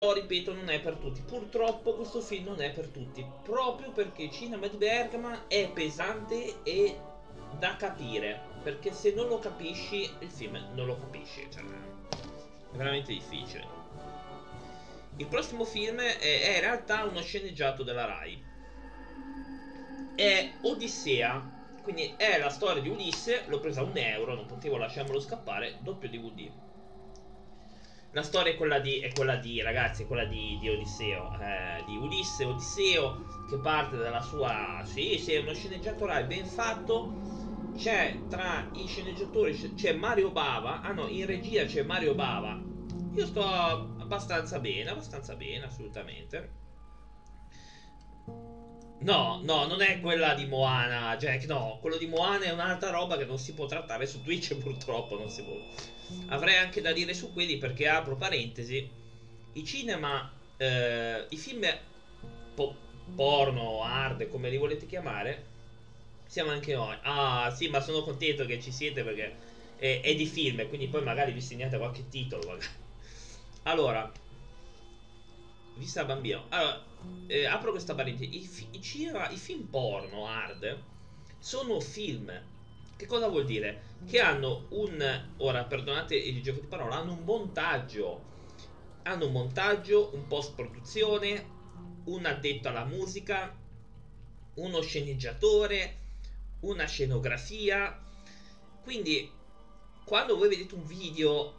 ripeto, non è per tutti. Purtroppo questo film non è per tutti, proprio perché il cinema di Bergman è pesante e da capire, perché se non lo capisci il film non lo capisci, cioè è veramente difficile. Il prossimo film è in realtà uno sceneggiato della Rai, è Odissea, quindi è la storia di Ulisse. L'ho presa a 1 euro, non potevo lasciarmelo scappare, doppio DVD. La storia è quella di ragazzi, è quella di Odisseo, di Ulisse Odisseo, che parte dalla sua. Sì, sì, è uno sceneggiato Rai ben fatto. C'è tra i sceneggiatori c'è Mario Bava. Ah no, in regia c'è Mario Bava. Io sto abbastanza bene, assolutamente. No, no, non è quella di Moana, Jack, no, quello di Moana è un'altra roba che non si può trattare su Twitch purtroppo, non si può. Avrei anche da dire su quelli perché apro parentesi, i cinema, i film po- porno, hard, come li volete chiamare, siamo anche noi. Ah, sì, ma sono contento che ci siete perché è di film, quindi poi magari vi segnate qualche titolo, magari. Allora, vista da bambino. Allora, apro questa parentesi. I film porno hard sono film. Che cosa vuol dire? Che hanno un. Ora, perdonate il gioco di parola. Hanno un montaggio. Hanno un montaggio, un post-produzione, un addetto alla musica, uno sceneggiatore, una scenografia. Quindi, quando voi vedete un video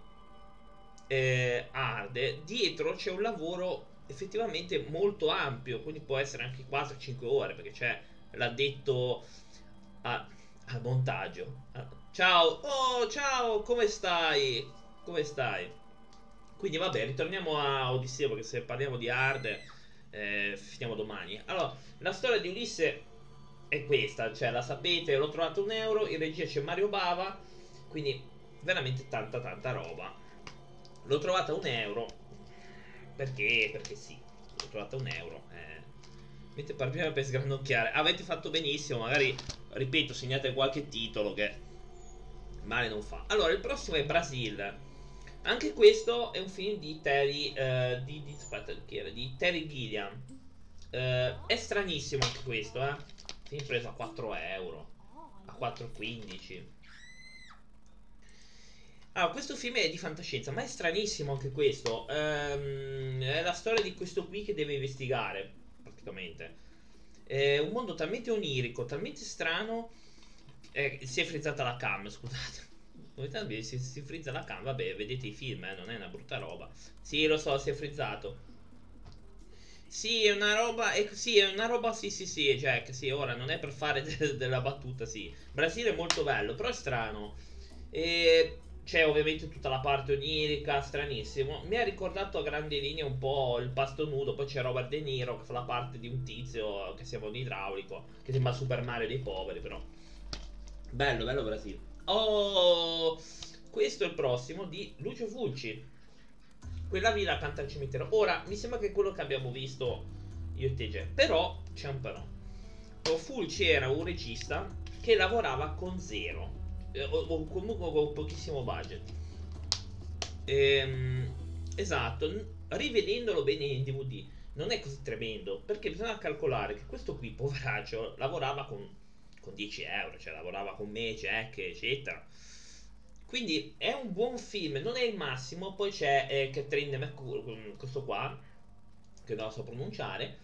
hard, dietro c'è un lavoro effettivamente molto ampio, quindi può essere anche 4-5 ore perché c'è l'addetto al montaggio. Ciao, oh ciao, come stai? Come stai? Quindi vabbè, ritorniamo a Odissea perché se parliamo di hard finiamo domani. Allora, la storia di Ulisse è questa, cioè la sapete, l'ho trovato 1 euro, in regia c'è Mario Bava, quindi veramente tanta roba. L'ho trovata a 1 euro perché sì, l'ho trovata a 1 euro. Mentre prima per sgranocchiare, avete fatto benissimo. Magari ripeto, segnate qualche titolo che male non fa. Allora, il prossimo è Brasil. Anche questo è un film di Terry. Aspetta, chi era? Di Terry Gilliam. È stranissimo anche questo, eh. Film preso a 4 euro, a 4,15. Ah, questo film è di fantascienza, ma è stranissimo anche questo. È la storia di questo qui che deve investigare, praticamente. È un mondo talmente onirico, talmente strano. Si è frizzata la cam, scusate. Ogni tanto si frizza la cam, vabbè, vedete i film, non è una brutta roba. Sì, lo so, si è frizzato. Sì, è una roba, sì, è una roba, sì, sì, sì, Jack, sì, ora non è per fare della battuta, sì. Brasile è molto bello, però è strano. E c'è ovviamente tutta la parte onirica, stranissimo. Mi ha ricordato a grandi linee un po' il pasto nudo. Poi c'è Robert De Niro che fa la parte di un tizio che sembra un idraulico, che sembra Super Mario dei poveri, però. Bello, bello Brasile. Oh, questo è il prossimo di Lucio Fulci. Quella villa accanto al cimitero. Ora, mi sembra che è quello che abbiamo visto io e te, Jeff. Però, c'è un però. Fulci era un regista che lavorava con zero, o comunque con pochissimo budget. Esatto, rivedendolo bene in DVD non è così tremendo, perché bisogna calcolare che questo qui, poveraccio, lavorava con 10 euro, cioè lavorava con me, Jack, eccetera. Quindi è un buon film, non è il massimo. Poi c'è Catherine McCall, questo qua, che non lo so pronunciare.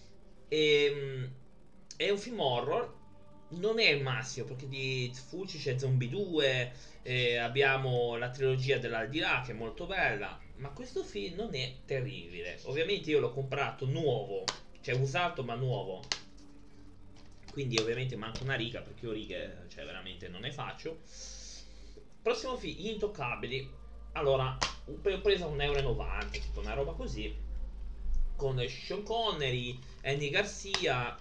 È un film horror. Non è il massimo perché di Fulci c'è Zombie 2, abbiamo la trilogia dell'Aldilà che è molto bella, ma questo film non è terribile. Ovviamente io l'ho comprato nuovo, cioè usato ma nuovo, quindi ovviamente manca una riga perché io righe, cioè veramente non ne faccio. Prossimo film, Gli Intoccabili. Allora, ho preso a 1,90 euro, tipo una roba così, con Sean Connery, Andy Garcia.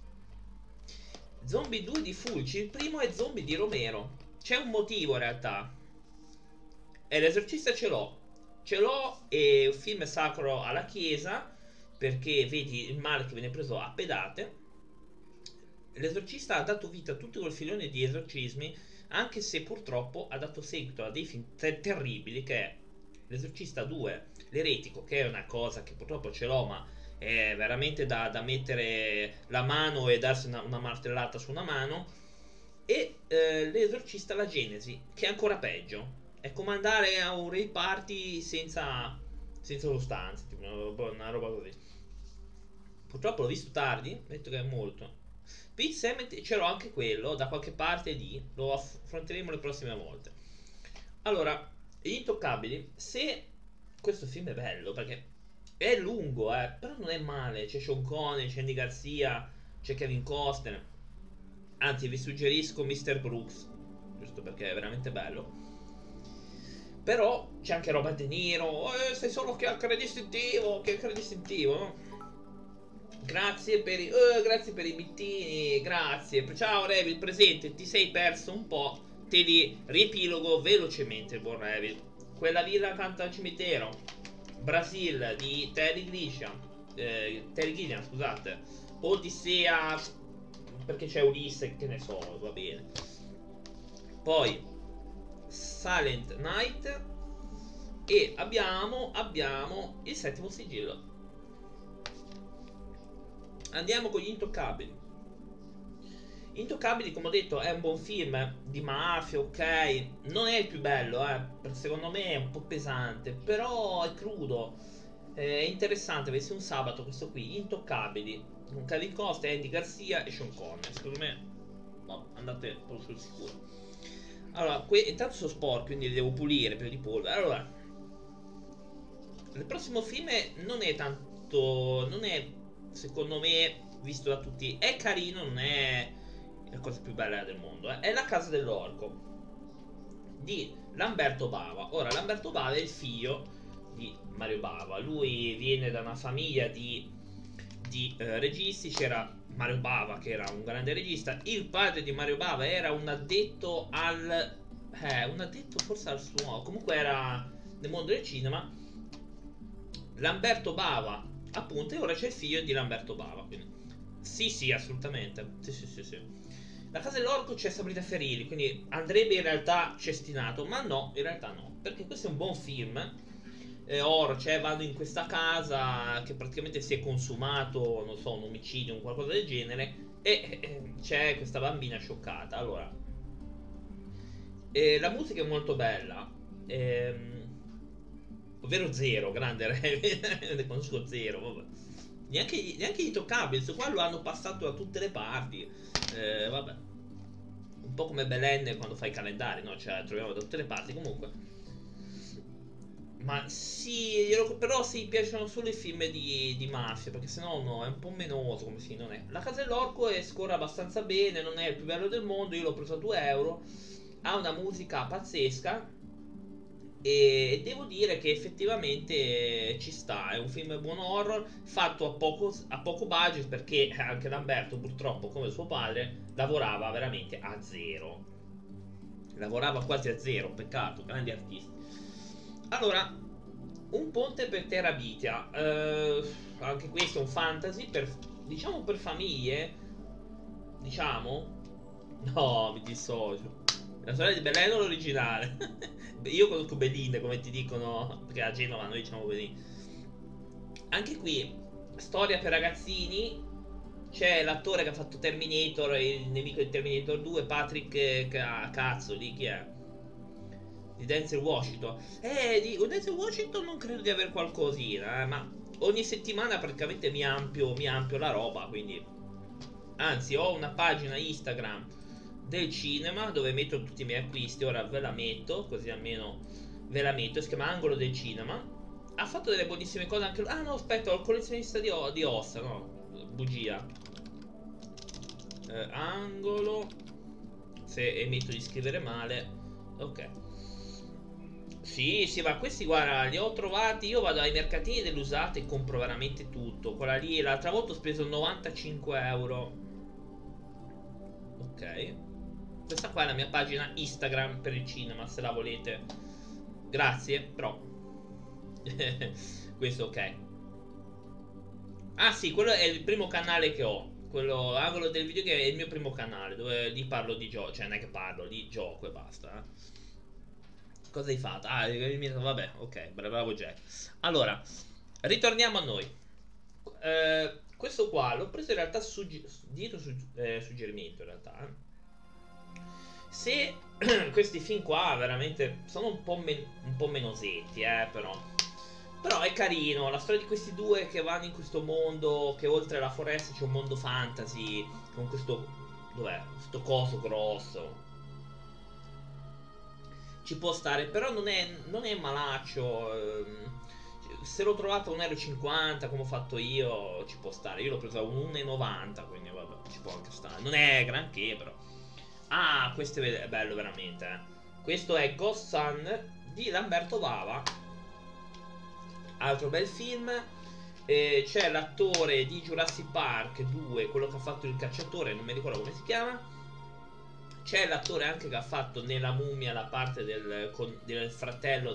Zombie 2 di Fulci, il primo è Zombie di Romero. C'è un motivo in realtà. E l'esorcista ce l'ho. Ce l'ho, è un film sacro alla chiesa, perché vedi il male che viene preso a pedate. L'esorcista ha dato vita a tutto quel filone di esorcismi, anche se purtroppo ha dato seguito a dei film terribili che è L'Esorcista 2, l'Eretico, che è una cosa che purtroppo ce l'ho, ma è veramente da mettere la mano e darsi una martellata su una mano. E l'Esorcista la Genesi, che è ancora peggio. È come andare a un rave party senza sostanze, tipo una roba così. Purtroppo l'ho visto tardi, ho detto che è molto. Pete Sematary ce l'ho anche quello, da qualche parte lì, lo affronteremo le prossime volte. Allora, Gli Intoccabili, se questo film è bello, perché è lungo, però non è male, c'è Sean Connery, c'è Andy Garcia, c'è Kevin Costner. Anzi, vi suggerisco Mr. Brooks, giusto perché è veramente bello. Però c'è anche Robert De Niro. Sei solo che al distintivo, no? Grazie per i bittini, grazie. Ciao Revil, presente, ti sei perso un po'. Te li riepilogo velocemente, buon Revil. Quella villa accanto al cimitero, Brasil di Terry Gilliam, scusate. Odissea, perché c'è Ulisse, che ne so, va bene. Poi Silent Night. E abbiamo il Settimo Sigillo. Andiamo con Gli Intoccabili. Intoccabili, come ho detto, è un buon film di mafia, ok. Non è il più bello, secondo me è un po' pesante, però è crudo. È interessante, avessi un sabato questo qui, Intoccabili, con Kevin Costner, Andy Garcia e Sean Connery. Secondo me, no, andate proprio sul sicuro. Allora, intanto sono sporco, quindi li devo pulire prima di polvere. Allora, il prossimo film non è tanto, non è, secondo me, visto da tutti, è carino, non è la cosa più bella del mondo, è La casa dell'orco di Lamberto Bava. Ora, Lamberto Bava è il figlio di Mario Bava. Lui viene da una famiglia di registi. C'era Mario Bava, che era un grande regista. Il padre di Mario Bava era un addetto forse al suono, comunque era nel mondo del cinema. Lamberto Bava, appunto, e ora c'è il figlio di Lamberto Bava, quindi sì, assolutamente. Sì. La casa dell'orco c'è Sabrina Ferilli, quindi andrebbe in realtà cestinato, ma no, in realtà no, perché questo è un buon film. Cioè vanno in questa casa che praticamente si è consumato, non so, un omicidio, un qualcosa del genere, e c'è questa bambina scioccata. Allora, la musica è molto bella, ovvero Zero, grande ne conosco Zero, vabbè. Neanche gli Intoccabili, questo qua lo hanno passato da tutte le parti. Vabbè, un po' come Belen quando fai i calendari, no? Cioè, troviamo da tutte le parti. Comunque, ma sì, però sì, piacciono solo i film di mafia, perché sennò no, è un po' menoso come film, non è. La casa dell'orco scorre abbastanza bene, non è il più bello del mondo, io l'ho preso a 2 euro. Ha una musica pazzesca e devo dire che effettivamente ci sta. È un film buon horror fatto a poco budget, perché anche Lamberto, purtroppo, come suo padre, lavorava veramente a zero. Lavorava quasi a zero, peccato, grandi artisti. Allora, Un ponte per Terabithia, anche questo è un fantasy diciamo per famiglie. Diciamo. No, mi dissocio. La storia di Belen o l'originale? Io conosco Belin, come ti dicono, perché a Genova noi diciamo Belin. Anche qui, storia per ragazzini. C'è l'attore che ha fatto Terminator, il nemico di Terminator 2, Patrick, cazzo, di chi è? Di Denzel Washington. Di Denzel Washington non credo di aver qualcosina, ma ogni settimana praticamente mi ampio la roba, quindi. Anzi, ho una pagina Instagram del cinema dove metto tutti i miei acquisti. Ora ve la metto, così almeno ve la metto. Si chiama Angolo del Cinema. Ha fatto delle buonissime cose anche. Ah no, aspetta, ho il collezionista di ossa, no, bugia. Angolo. Se emetto di scrivere male. Ok. Sì, ma questi, guarda, li ho trovati. Io vado ai mercatini dell'usato e compro veramente tutto. Quella lì, l'altra volta ho speso 95 euro. Ok. Questa qua è la mia pagina Instagram per il cinema, se la volete. Grazie, però questo ok. Ah sì, quello è il primo canale che ho. Quello Angolo del Video, che è il mio primo canale, dove lì parlo di gioco. Cioè non è che parlo, lì gioco e basta. Cosa hai fatto? Ah, vabbè, ok, bravo Jack. Allora, ritorniamo a noi. Questo qua l'ho preso in realtà dietro suggerimento, in realtà. Se questi film qua veramente sono un po' menosetti, però. Però è carino, la storia di questi due che vanno in questo mondo, che oltre alla foresta c'è un mondo fantasy, con questo, dov'è? Questo coso grosso. Ci può stare, però non è malaccio. Se l'ho trovato a 1,50 € come ho fatto io, ci può stare. Io l'ho preso a 1,90 €, quindi vabbè, ci può anche stare. Non è granché, però. Ah, questo è bello veramente, Questo è Ghost Sun di Lamberto Bava. Altro bel film. C'è l'attore di Jurassic Park 2, quello che ha fatto il cacciatore, non mi ricordo come si chiama. C'è l'attore anche che ha fatto nella Mummia la parte del fratello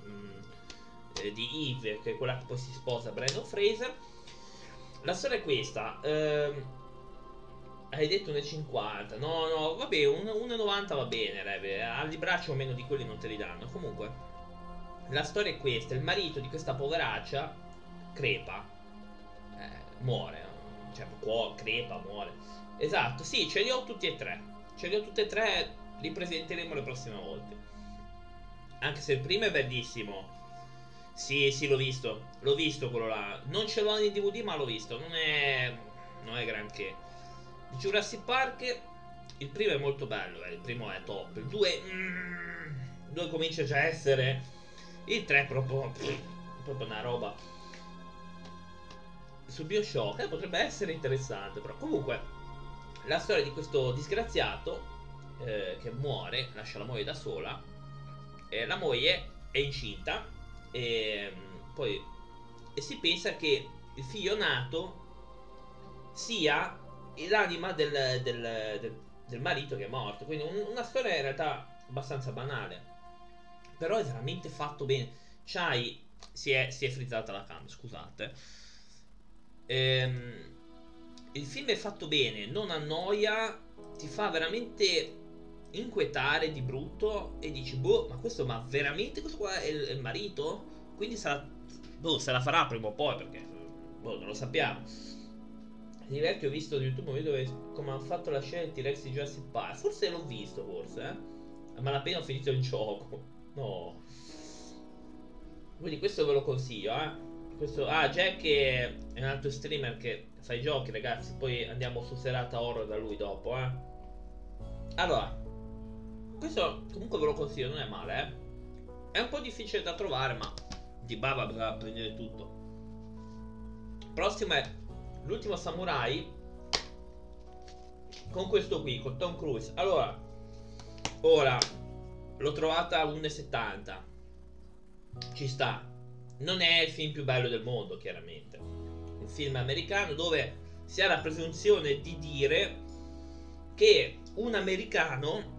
di Eve, che è quella che poi si sposa, Brandon Fraser. La storia è questa. Hai detto 1,50. No, vabbè, 1,90 va bene, Reve. Al braccio o meno di quelli non te li danno. Comunque, la storia è questa. Il marito di questa poveraccia crepa. Muore. Cioè, crepa, muore. Esatto, sì, ce li ho tutti e tre. Ce li ho tutti e tre, li presenteremo le prossime volte. Anche se il primo è bellissimo. Sì, l'ho visto. L'ho visto quello là. Non ce l'ho in DVD, ma l'ho visto. Non è granché. Di Jurassic Park, il primo è molto bello, il primo è top. Il 2 comincia già a essere. Il 3 è proprio una roba. Su BioShock potrebbe essere interessante, però comunque la storia di questo disgraziato che muore, lascia la moglie da sola. La moglie è incinta e poi si pensa che il figlio nato sia l'anima del marito che è morto. Quindi una storia in realtà abbastanza banale, però è veramente fatto bene. Si è frizzata la cam, scusate. Il film è fatto bene, non annoia, ti fa veramente inquietare di brutto e dici, boh, ma veramente questo qua è il marito? Quindi se la farà prima o poi, perché non lo sappiamo. Diverti, ho visto su YouTube un video dove come hanno fatto la scena di T-Rex di Jurassic Park. Forse l'ho visto, a malapena ho finito il gioco. No. Quindi questo ve lo consiglio, Jack è un altro streamer che fa i giochi, ragazzi. Poi andiamo su serata horror da lui dopo, Allora, questo comunque ve lo consiglio, non è male, È un po' difficile da trovare, ma di bava bisogna prendere tutto. Prossimo è L'ultimo samurai, con questo qui, con Tom Cruise. Allora, ora l'ho trovata a 1,70 €. Ci sta. Non è il film più bello del mondo, chiaramente. Un film americano dove si ha la presunzione di dire che un americano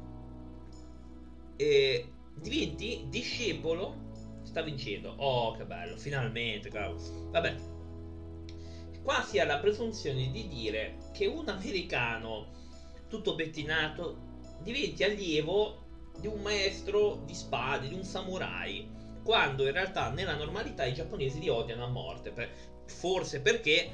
diventi discepolo. Sta vincendo. Oh, che bello, finalmente, cavolo. Vabbè. Qua si ha la presunzione di dire che un americano tutto pettinato diventi allievo di un maestro di spade, di un samurai, quando in realtà nella normalità i giapponesi li odiano a morte. Forse perché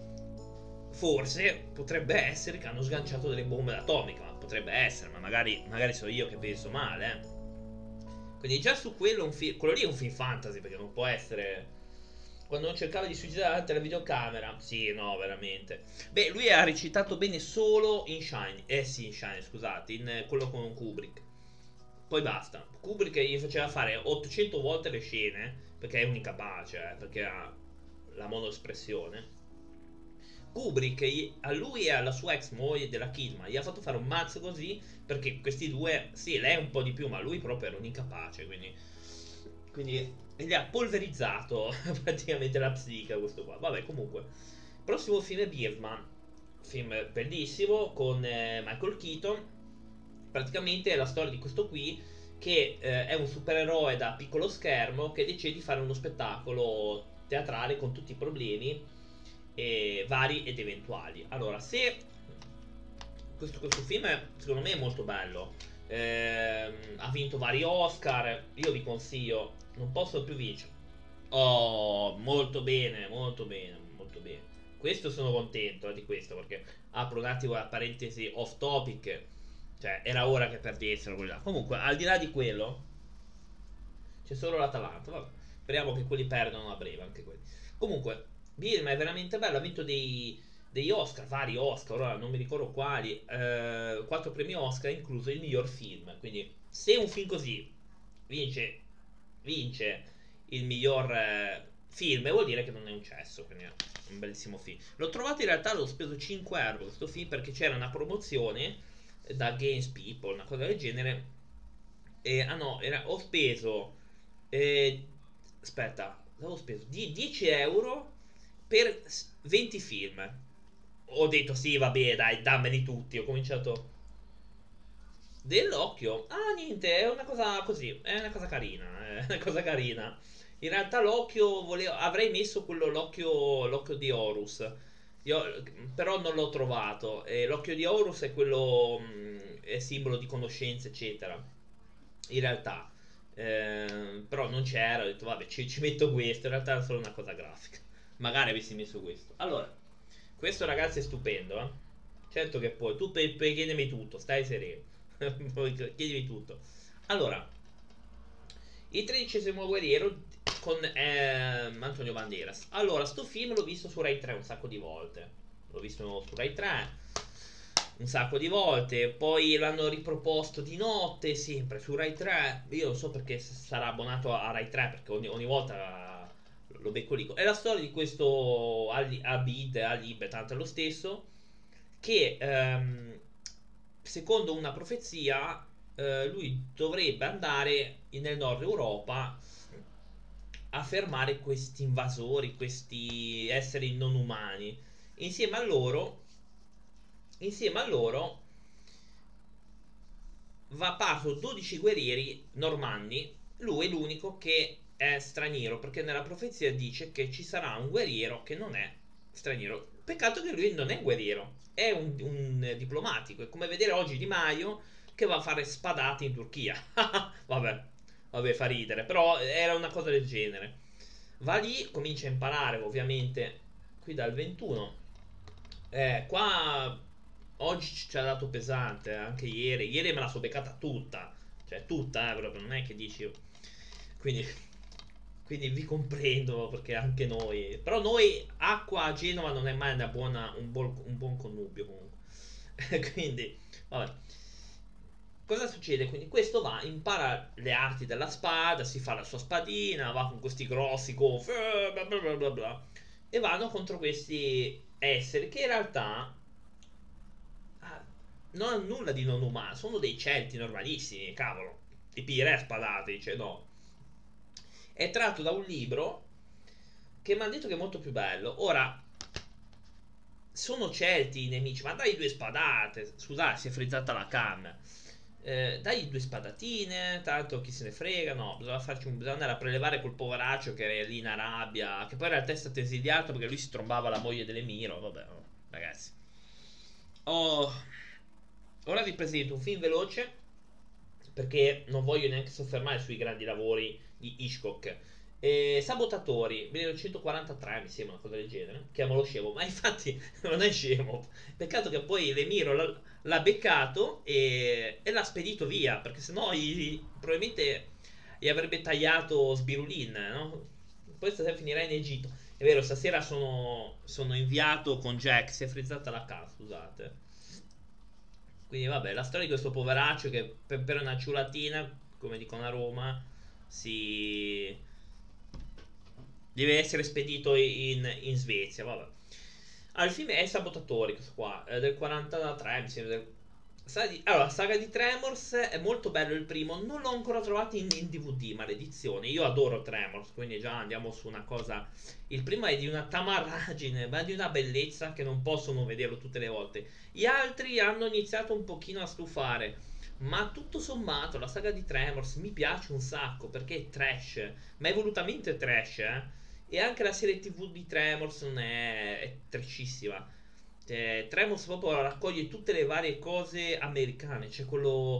potrebbe essere che hanno sganciato delle bombe atomiche, ma potrebbe essere, ma magari sono io che penso male, Quindi già su quello quello lì è un film fantasy, perché non può essere. Quando non cercava di suicidare davanti alla videocamera. Sì, no, veramente. Beh, lui ha recitato bene solo in Shine. Sì, in Shine, scusate, in quello con Kubrick. Poi basta. Kubrick gli faceva fare 800 volte le scene, perché è un incapace, perché ha la monoespressione. Kubrick a lui e alla sua ex moglie della Kidman gli ha fatto fare un mazzo così, perché questi due, sì, lei un po' di più, ma lui proprio era un incapace, quindi gli ha polverizzato praticamente la psiche questo qua. Vabbè, comunque, il prossimo film è Birdman, film bellissimo con Michael Keaton. Praticamente è la storia di questo qui che è un supereroe da piccolo schermo che decide di fare uno spettacolo teatrale con tutti i problemi vari ed eventuali. Allora, se questo film secondo me è molto bello, Ha vinto vari Oscar. Io vi consiglio, non posso più vincere. Oh, molto bene, molto bene, molto bene. Questo sono contento di questo perché apro un attimo la parentesi off topic. Cioè, era ora che perdessero quelli là. Comunque, al di là di quello, c'è solo l'Atalanta. Vabbè, speriamo che quelli perdano a breve, anche quelli. Comunque, Bielma è veramente bello. Ha vinto degli Oscar, vari Oscar, ora non mi ricordo quali. 4 premi Oscar, incluso il miglior film. Quindi, se un film così vince il miglior film, vuol dire che non è un cesso. Quindi è un bellissimo film. L'ho trovato in realtà, l'ho speso 5 euro questo film perché c'era una promozione da Games People, una cosa del genere. Ah no, ho speso. eh, aspetta, avevo speso 10 euro per 20 film. Ho detto sì, vabbè, dai, dammeli tutti. Ho cominciato. Dell'occhio. Ah, niente, è una cosa così. È una cosa carina. È una cosa carina. In realtà l'occhio avrei messo quello l'occhio di Horus. Però non l'ho trovato. L'occhio di Horus è quello. È simbolo di conoscenza, eccetera. In realtà. Però non c'era. Ho detto, vabbè, ci metto questo. In realtà è solo una cosa grafica. Magari avessi messo questo. Allora, questo ragazzi è stupendo, eh. Certo che puoi. Tu puoi chiedermi tutto, stai sereno. Chiedimi tutto. Allora, il 13° guerriero con Antonio Banderas. Allora, sto film l'ho visto su Rai 3 un sacco di volte. L'ho visto su Rai 3 un sacco di volte. Poi l'hanno riproposto di notte, sempre su Rai 3. Io non so perché sarà abbonato a Rai 3, perché ogni volta lo becco lì. È la storia di questo Alib, tanto è lo stesso, che secondo una profezia lui dovrebbe andare nel nord Europa a fermare questi invasori, questi esseri non umani. Insieme a loro, insieme a loro va a parto 12 guerrieri normanni. Lui è l'unico che è straniero, perché nella profezia dice che ci sarà un guerriero che non è straniero. Peccato che lui non è un guerriero, è un diplomatico. È come vedere oggi Di Maio che va a fare spadate in Turchia. Vabbè, vabbè, fa ridere, però era una cosa del genere. Va lì, comincia a imparare, ovviamente, qui dal 21. Qua oggi ci ha dato pesante, anche ieri. Ieri me la so beccata tutta. Cioè, tutta, proprio, non è che dici. Quindi, quindi vi comprendo, perché anche noi. Però noi, acqua a Genova non è mai un buon connubio, comunque. Quindi, vabbè. Cosa succede? Quindi questo va, impara le arti della spada, si fa la sua spadina, va con questi grossi gonfi, bla bla bla bla bla, e vanno contro questi esseri che in realtà non hanno nulla di non umano, sono dei celti normalissimi, cavolo. I pire spadate, dice no. È tratto da un libro che mi hanno detto che è molto più bello. Ora, sono celti i nemici, ma dai due spadate. Scusate, si è frizzata la cam. Dai due spadatine, tanto chi se ne frega. No, bisogna andare a prelevare quel poveraccio che è lì in Arabia, che poi in realtà è stato esiliato perché lui si trombava la moglie dell'emiro. Vabbè, ragazzi. Oh, ora vi presento un film veloce perché non voglio neanche soffermare sui grandi lavori di Hitchcock. Sabotatori 1943, mi sembra una cosa del genere. Chiamalo scemo, ma infatti non è scemo. Peccato che poi l'Emiro l'ha beccato e l'ha spedito via, perché sennò probabilmente gli avrebbe tagliato Sbirulin, no? Poi stasera finirà in Egitto. È vero, stasera sono inviato con Jack, si è frizzata la casa, scusate. Quindi vabbè, la storia di questo poveraccio che per una ciulatina, come dicono a Roma, si deve essere spedito in Svezia, vabbè. Allora, il film è Sabotatori, questo qua, è del 43, mi sembra. Allora, Saga di Tremors è molto bello il primo, non l'ho ancora trovato in DVD, maledizione. Io adoro Tremors, quindi già andiamo su una cosa. Il primo è di una tamarragine, ma di una bellezza che non possono vederlo tutte le volte. Gli altri hanno iniziato un pochino a stufare, ma tutto sommato la saga di Tremors mi piace un sacco perché è trash, ma è volutamente trash, eh. E anche la serie TV di Tremors non è trashissima. Tremors proprio raccoglie tutte le varie cose americane. C'è quello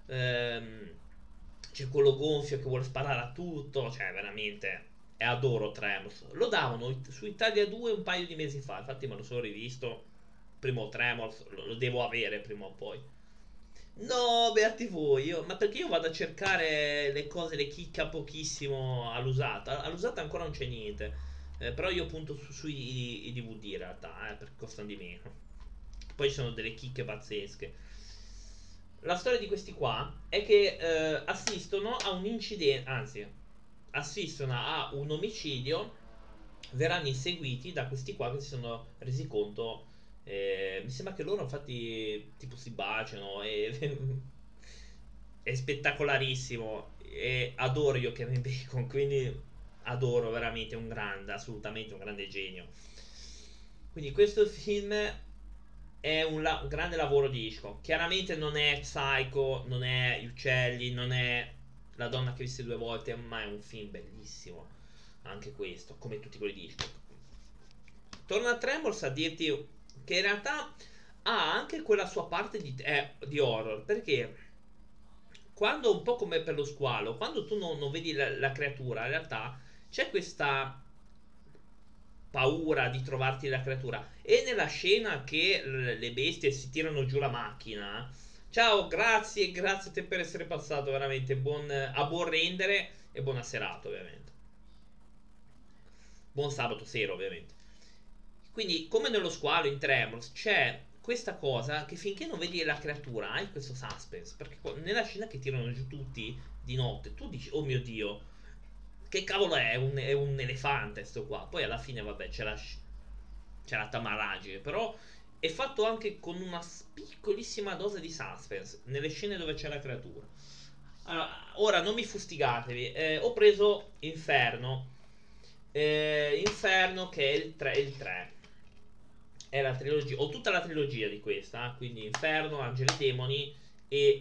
Ehm, c'è quello gonfio che vuole sparare a tutto, cioè veramente. E adoro Tremors. Lo davano su Italia 2 un paio di mesi fa, infatti me lo sono rivisto. Primo Tremors, lo devo avere prima o poi. No, beati voi, ma perché io vado a cercare le cose, le chicca pochissimo all'usata. All'usata ancora non c'è niente. Però io punto sui i DVD in realtà, perché costano di meno. Poi ci sono delle chicche pazzesche. La storia di questi qua è che assistono a un incidente, anzi, assistono a un omicidio, verranno inseguiti da questi qua che si sono resi conto. Mi sembra che loro infatti tipo si baciano e è spettacolarissimo e adoro io Kevin Bacon, quindi adoro veramente un grande, assolutamente un grande genio. Quindi questo film è un grande lavoro di Hitchcock. Chiaramente non è Psycho, non è Gli uccelli, non è La donna che visse due volte, ma è un film bellissimo. Anche questo, come tutti quelli di Hitchcock. Torno a Tremors a dirti che in realtà ha anche quella sua parte di horror, perché quando un po' come per lo squalo, quando tu non vedi la creatura, in realtà c'è questa paura di trovarti la creatura. E nella scena che le bestie si tirano giù la macchina. Ciao, grazie, grazie a te per essere passato, veramente a buon rendere e buona serata, ovviamente. Buon sabato sera, ovviamente. Quindi, come nello squalo in Tremors, c'è questa cosa che finché non vedi la creatura hai questo suspense. Perché nella scena che tirano giù tutti di notte, tu dici, oh mio dio, che cavolo è un elefante sto qua. Poi alla fine, vabbè, c'è la tamarragine, però è fatto anche con una piccolissima dose di suspense nelle scene dove c'è la creatura. Allora, ora non mi fustigatevi, ho preso Inferno. Inferno che è il 3. È la trilogia, ho tutta la trilogia di questa, quindi Inferno, Angeli e Demoni e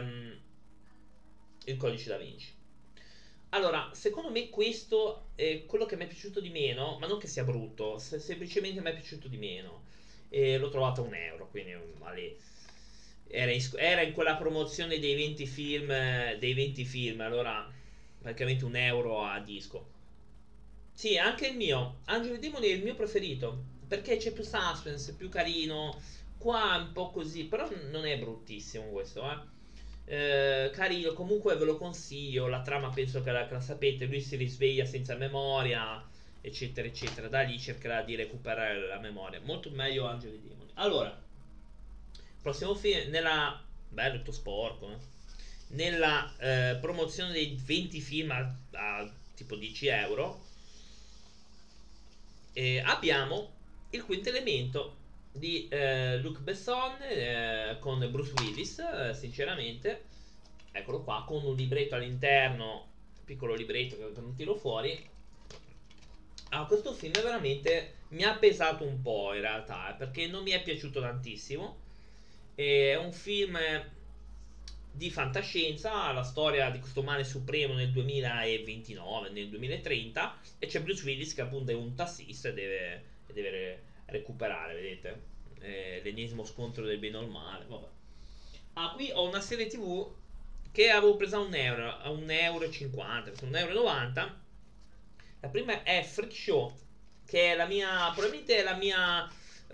il Codice da Vinci. Allora, secondo me questo è quello che mi è piaciuto di meno, ma non che sia brutto, semplicemente mi è piaciuto di meno. E l'ho trovato a €1, quindi vale. Era in quella promozione dei 20 film, allora praticamente €1 a disco. Sì, anche il mio. Angelo Demoni è il mio preferito, perché c'è più suspense, è più carino. Qua è un po' così, però non è bruttissimo questo, eh. Carino, comunque ve lo consiglio. La trama penso che la sapete. Lui si risveglia senza memoria, eccetera, eccetera. Da lì cercherà di recuperare la memoria. Molto meglio Angeli Demoni. Allora, prossimo film. Bello, tutto sporco, eh. Nella promozione dei 20 film a tipo 10 euro abbiamo il quinto elemento di Luc Besson con Bruce Willis, sinceramente, eccolo qua, con un libretto all'interno, piccolo libretto che non tiro fuori. Questo film veramente mi ha pesato un po' in realtà, perché non mi è piaciuto tantissimo. È un film di fantascienza, la storia di questo male supremo nel 2029, nel 2030, e c'è Bruce Willis che appunto è un tassista e deve recuperare, vedete? L'ennesimo scontro del bene o il male, vabbè. Qui ho una serie TV che avevo preso a €1, a €1,50 euro, €1,90 euro. La prima è Freak Show, che è la mia, probabilmente è la mia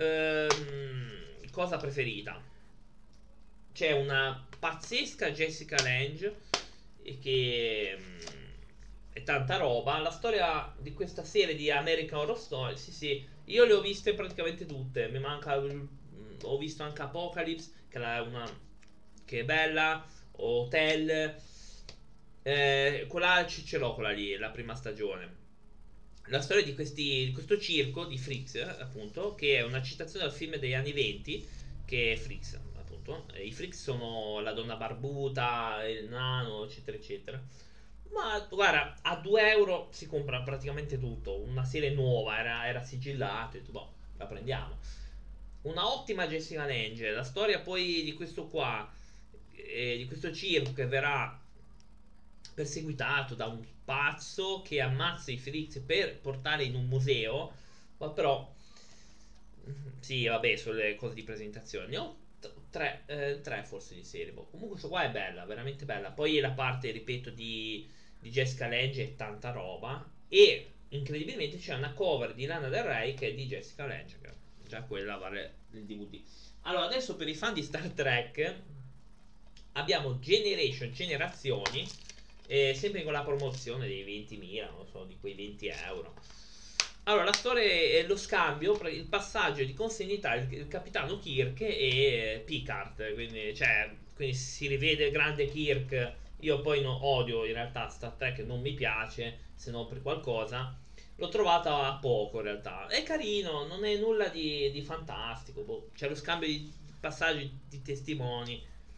cosa preferita. C'è una pazzesca Jessica Lange che è tanta roba. La storia di questa serie di American Horror Story, sì sì, io le ho viste praticamente tutte. Mi manca ho visto anche Apocalypse, che è bella, Hotel, quella ce l'ho, quella lì, la prima stagione. La storia di questo circo di Freaks, appunto, che è una citazione al film degli anni 20, che è Freaks, appunto. I Freaks sono la donna barbuta, il nano, eccetera, eccetera. Ma guarda, a €2 si compra praticamente tutto. Una serie nuova, era sigillato, ho detto, boh, la prendiamo. Una ottima Jessica Lange. La storia poi di questo qua, di questo circo che verrà perseguitato da un pazzo che ammazza i Felix per portare in un museo. Ma però, sì, vabbè, sulle cose di presentazione. 3 forse di serie. Boh. Comunque questo qua è bella, veramente bella. Poi la parte, ripeto, di Jessica Lange è tanta roba. E incredibilmente c'è una cover di Lana Del Rey che è di Jessica Lange, che già quella vale il DVD. Allora, adesso per i fan di Star Trek abbiamo Generazioni, sempre con la promozione dei 20.000, non so, di quei 20 euro. Allora, la storia è lo scambio, il passaggio di consegnità il capitano Kirk e Picard, quindi si rivede il grande Kirk. Io poi odio in realtà Star Trek, non mi piace, se non per qualcosa. L'ho trovata a poco in realtà. È carino, non è nulla di fantastico. Boh. C'è lo scambio di passaggi di testimoni.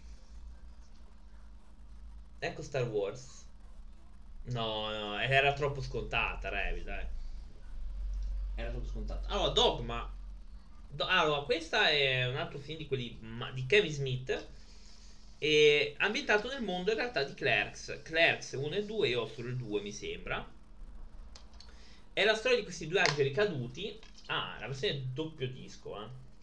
Ecco Star Wars. No, no, era troppo scontata, Revi, dai. Era troppo scontata. Allora, Dogma. Allora, questa è un altro film di quelli di Kevin Smith. E ambientato nel mondo in realtà di Clerks. Clerks 1 e 2, io ho solo il 2 mi sembra. È la storia di questi due angeli caduti. Ah, la versione doppio disco,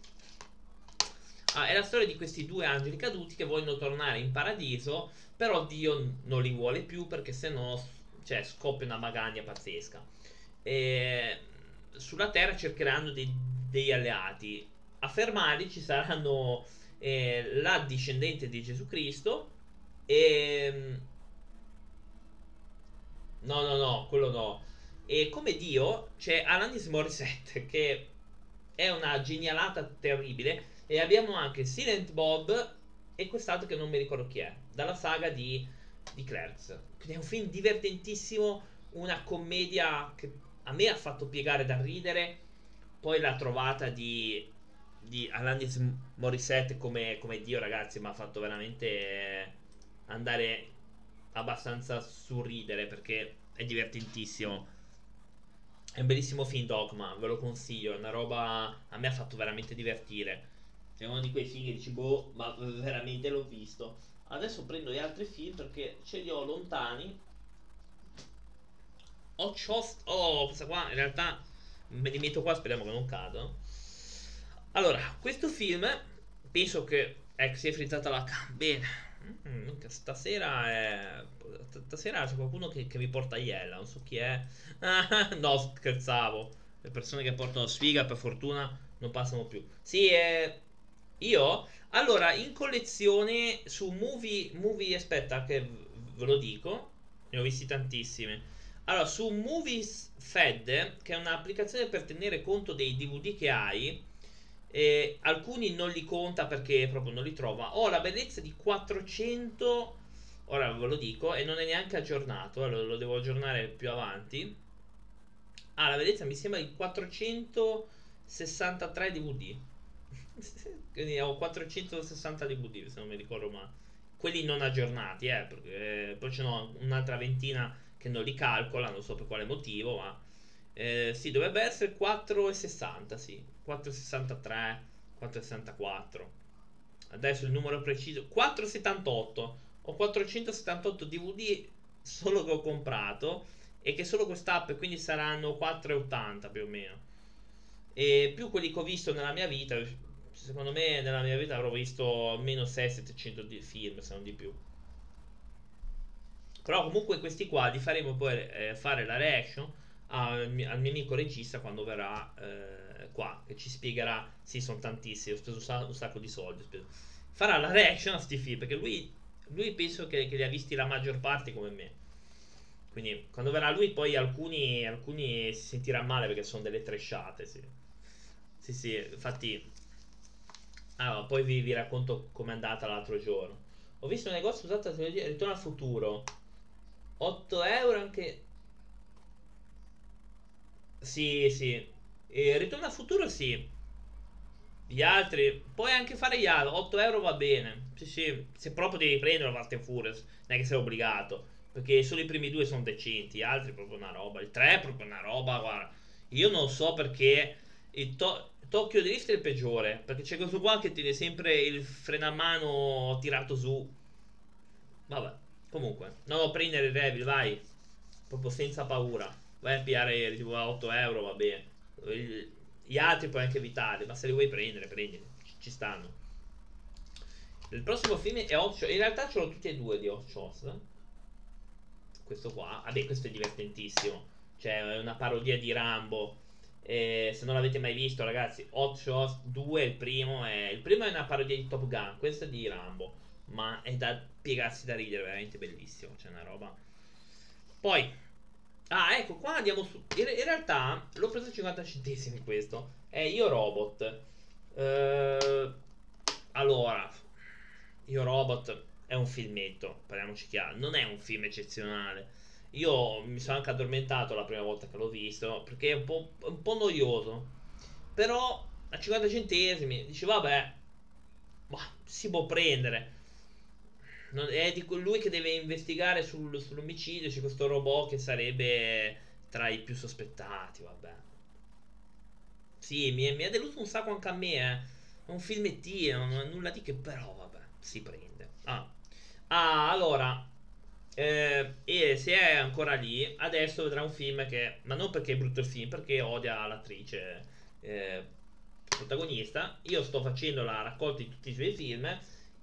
è la storia di questi due angeli caduti che vogliono tornare in paradiso, però Dio non li vuole più perché sennò scoppia una magagna pazzesca. E sulla Terra cercheranno degli alleati. A fermarli ci saranno la discendente di Gesù Cristo e... No, no, no, quello no. E come Dio c'è Alanis Morissette, che è una genialata terribile. E abbiamo anche Silent Bob e quest'altro che non mi ricordo chi è, dalla saga di Clerks. Quindi è un film divertentissimo, una commedia che a me ha fatto piegare da ridere. Poi la trovata di Alanis Morissette come Dio, ragazzi, mi ha fatto veramente andare abbastanza sorridere perché è divertentissimo. È un bellissimo film Dogma, ve lo consiglio, è una roba, a me ha fatto veramente divertire. È uno di quei film che dici, boh, ma veramente l'ho visto. Adesso prendo gli altri film perché ce li ho lontani. Questa qua in realtà me li metto qua, speriamo che non cadano. Allora, questo film penso che si è frittata la bene. Stasera c'è qualcuno che mi porta iella, non so chi è. No, scherzavo. Le persone che portano sfiga per fortuna non passano più. Sì, io allora in collezione su movie, aspetta che ve lo dico, ne ho visti tantissimi. Allora, su Movies Fed, che è un'applicazione per tenere conto dei DVD che hai, alcuni non li conta perché proprio non li trova. Ho la bellezza di 400, ora ve lo dico, e non è neanche aggiornato, lo devo aggiornare più avanti. La bellezza mi sembra di 463 DVD. Quindi ho 460 DVD se non mi ricordo male. Quelli non aggiornati, perché poi ce n'ho un'altra ventina che non li calcola, non so per quale motivo, ma sì, dovrebbe essere 4,60, sì, 4,63, 4,64. Adesso il numero preciso, 4,78. Ho 478 DVD solo che ho comprato e che solo quest'app, quindi saranno 4,80 più o meno. E più quelli che ho visto nella mia vita, secondo me nella mia vita avrò visto almeno 600-700 di film, se non di più. Però comunque questi qua li faremo poi fare la reaction al mio amico regista quando verrà qua, che ci spiegherà. Sì, sono tantissimi, ho speso un sacco di soldi. Farà la reaction a sti film, perché lui penso che li ha visti la maggior parte come me. Quindi quando verrà lui poi alcuni si sentirà male perché sono delle tresciate, sì. Sì, sì, infatti. Allora, poi vi racconto com'è andata l'altro giorno. Ho visto un negozio usato la tecnologia Ritorno al futuro. 8 euro anche. Sì, sì. Ritorno al futuro sì. Gli altri. Puoi anche fare gli altri. 8 euro va bene. Sì, sì. Se proprio devi prendere Fast and Furious. Non è che sei obbligato. Perché solo i primi due sono decenti. Gli altri proprio una roba. Il 3 è proprio una roba. Guarda. Io non so perché. Tokyo Drift è il peggiore. Perché c'è questo qua che tiene sempre il freno a mano tirato su. Vabbè. Comunque. No, prendere il Revil, vai. Proprio senza paura. Vai a pigliare tipo a 8 euro, va bene. Gli altri puoi anche evitarli, ma se li vuoi prendere, prendili. Ci stanno. Il prossimo film è Hot Shots. In realtà ce l'ho tutti e due di Hot Shots. Questo qua, vabbè, questo è divertentissimo. Cioè, è una parodia di Rambo. Se non l'avete mai visto, ragazzi, Hot Shots 2, il primo è una parodia di Top Gun, questo è di Rambo. Ma è da piegarsi da ridere, veramente bellissimo. C'è una roba. Poi, ecco, qua andiamo su. In realtà l'ho preso a 50 centesimi questo. È Io Robot. Eh, allora, Io Robot è un filmetto, parliamoci chiaro, non è un film eccezionale. Io mi sono anche addormentato la prima volta che l'ho visto perché è un po' noioso. Però a 50 centesimi dici vabbè, ma si può prendere. È di lui che deve investigare sull'omicidio. C'è questo robot che sarebbe tra i più sospettati. Vabbè, sì, mi ha deluso un sacco anche a me. È un filmettino, non è nulla di che, però vabbè, si prende. Allora, e se è ancora lì, adesso vedrà un film che, ma non perché è brutto il film, perché odia l'attrice eh, protagonista. Io sto facendo la raccolta di tutti i suoi film.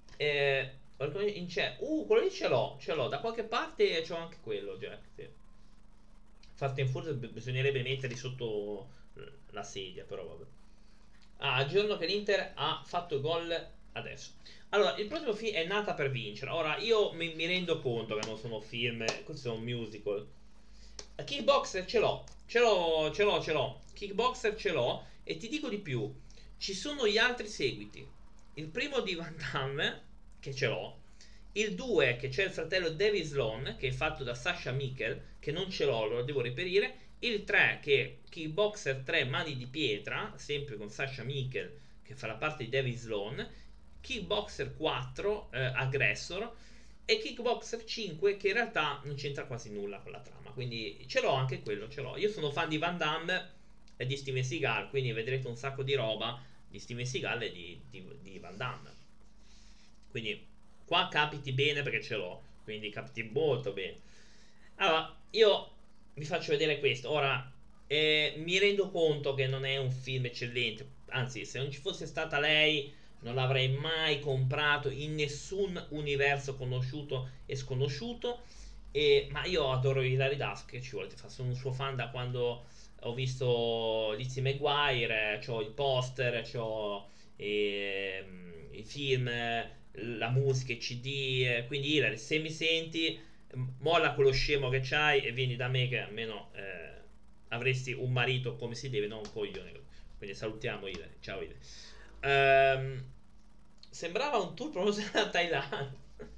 Quello lì ce l'ho, da qualche parte c'ho anche quello, Jack. Sì. Fast and Furious bisognerebbe metterli sotto la sedia, però vabbè. Aggiorno che l'Inter ha fatto gol adesso. Allora, il prossimo film è Nata per vincere. Ora, io mi rendo conto che non sono film, questo è un musical. Kickboxer ce l'ho. Kickboxer ce l'ho. E ti dico di più, ci sono gli altri seguiti. Il primo di Van Damme, che ce l'ho. Il 2, che c'è il fratello David Sloan, che è fatto da Sasha Mikkel, che non ce l'ho, lo devo reperire. Il 3, che è Kickboxer 3 Mani di Pietra, sempre con Sasha Mikkel, che fa la parte di David Sloan. Kickboxer 4 Aggressor. E Kickboxer 5, che in realtà non c'entra quasi nulla con la trama. Quindi ce l'ho anche quello, ce l'ho. Io sono fan di Van Damme e di Steven Seagal, quindi vedrete un sacco di roba di Steven Seagal e di Van Damme. Quindi qua capiti bene perché ce l'ho, quindi capiti molto bene. Allora, io vi faccio vedere questo. Ora, mi rendo conto che non è un film eccellente, anzi, se non ci fosse stata lei non l'avrei mai comprato in nessun universo conosciuto e sconosciuto. Ma io adoro Hilary Duff, che ci volete fare, sono un suo fan da quando ho visto Lizzie McGuire, c'ho il poster, c'ho i film, la musica, i CD, quindi Hilary, se mi senti, molla quello scemo che c'hai e vieni da me che almeno avresti un marito come si deve, non un coglione. Quindi salutiamo Hilary, ciao Hilary. Sembrava un tour promozionale a Thailandia.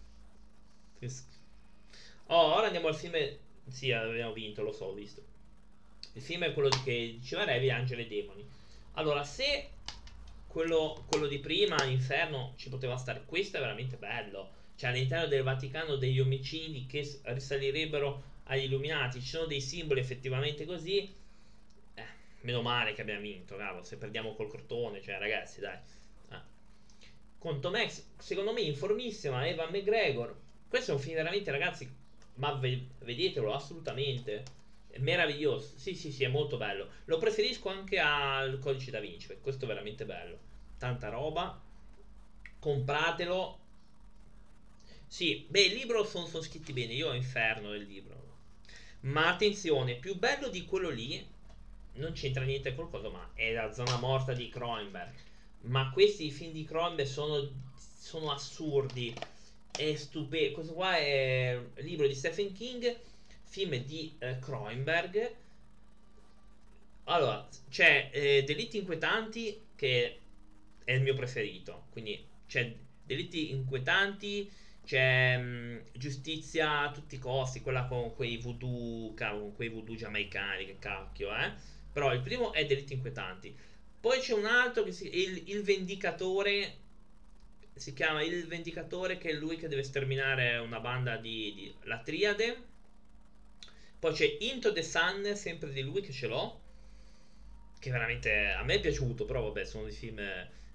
Ora andiamo al film. Sì, abbiamo vinto, lo so, ho visto. Il film è quello che diceva Revi, Angeli e Demoni. Allora, se quello di prima, Inferno, ci poteva stare, questo è veramente bello. Cioè, all'interno del Vaticano degli omicidi che risalirebbero agli Illuminati. Ci sono dei simboli effettivamente così. Meno male che abbiamo vinto, cavolo. Se perdiamo col Crotone, cioè, ragazzi, dai. Con Tom Hanks, secondo me, informissima. Evan McGregor. Questo è un film veramente, ragazzi. Ma vedetelo assolutamente. È meraviglioso. Sì, sì, sì, è molto bello. Lo preferisco anche al Codice da Vinci, perché questo è veramente bello. Tanta roba. Compratelo. Sì, beh, il libro sono scritti bene. Io ho Inferno nel libro. Ma attenzione, più bello di quello lì, non c'entra niente col coso, ma è La zona morta di Cronenberg. Ma questi film di Cronenberg sono assurdi. È stupendo. Questo qua è il libro di Stephen King, film di Cronenberg. Allora, c'è Delitti inquietanti, che è il mio preferito. Quindi c'è Delitti inquietanti, c'è Giustizia a tutti i costi, quella con quei voodoo, con quei voodoo giamaicani, che cacchio, eh? Però il primo è Delitti inquietanti. Poi c'è un altro il Vendicatore. Si chiama Il Vendicatore, che è lui che deve sterminare una banda di la Triade. Poi c'è Into the Sun, sempre di lui, che ce l'ho, che veramente a me è piaciuto, però vabbè, sono dei film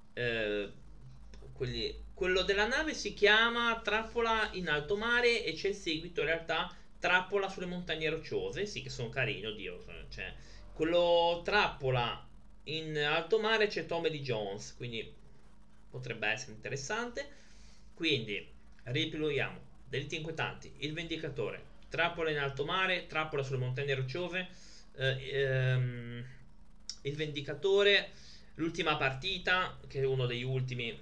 quello della nave si chiama Trappola in alto mare, e c'è il seguito in realtà, Trappola sulle montagne rocciose. Sì, che sono carini, oddio, cioè, quello Trappola in alto mare c'è Tommy Lee Jones, quindi potrebbe essere interessante. Quindi, riepiloghiamo: Delitti inquietanti, Il Vendicatore, Trappola in alto mare, Trappola sulle montagne rocciose, eh, ehm, Il Vendicatore, L'ultima partita, che è uno degli ultimi,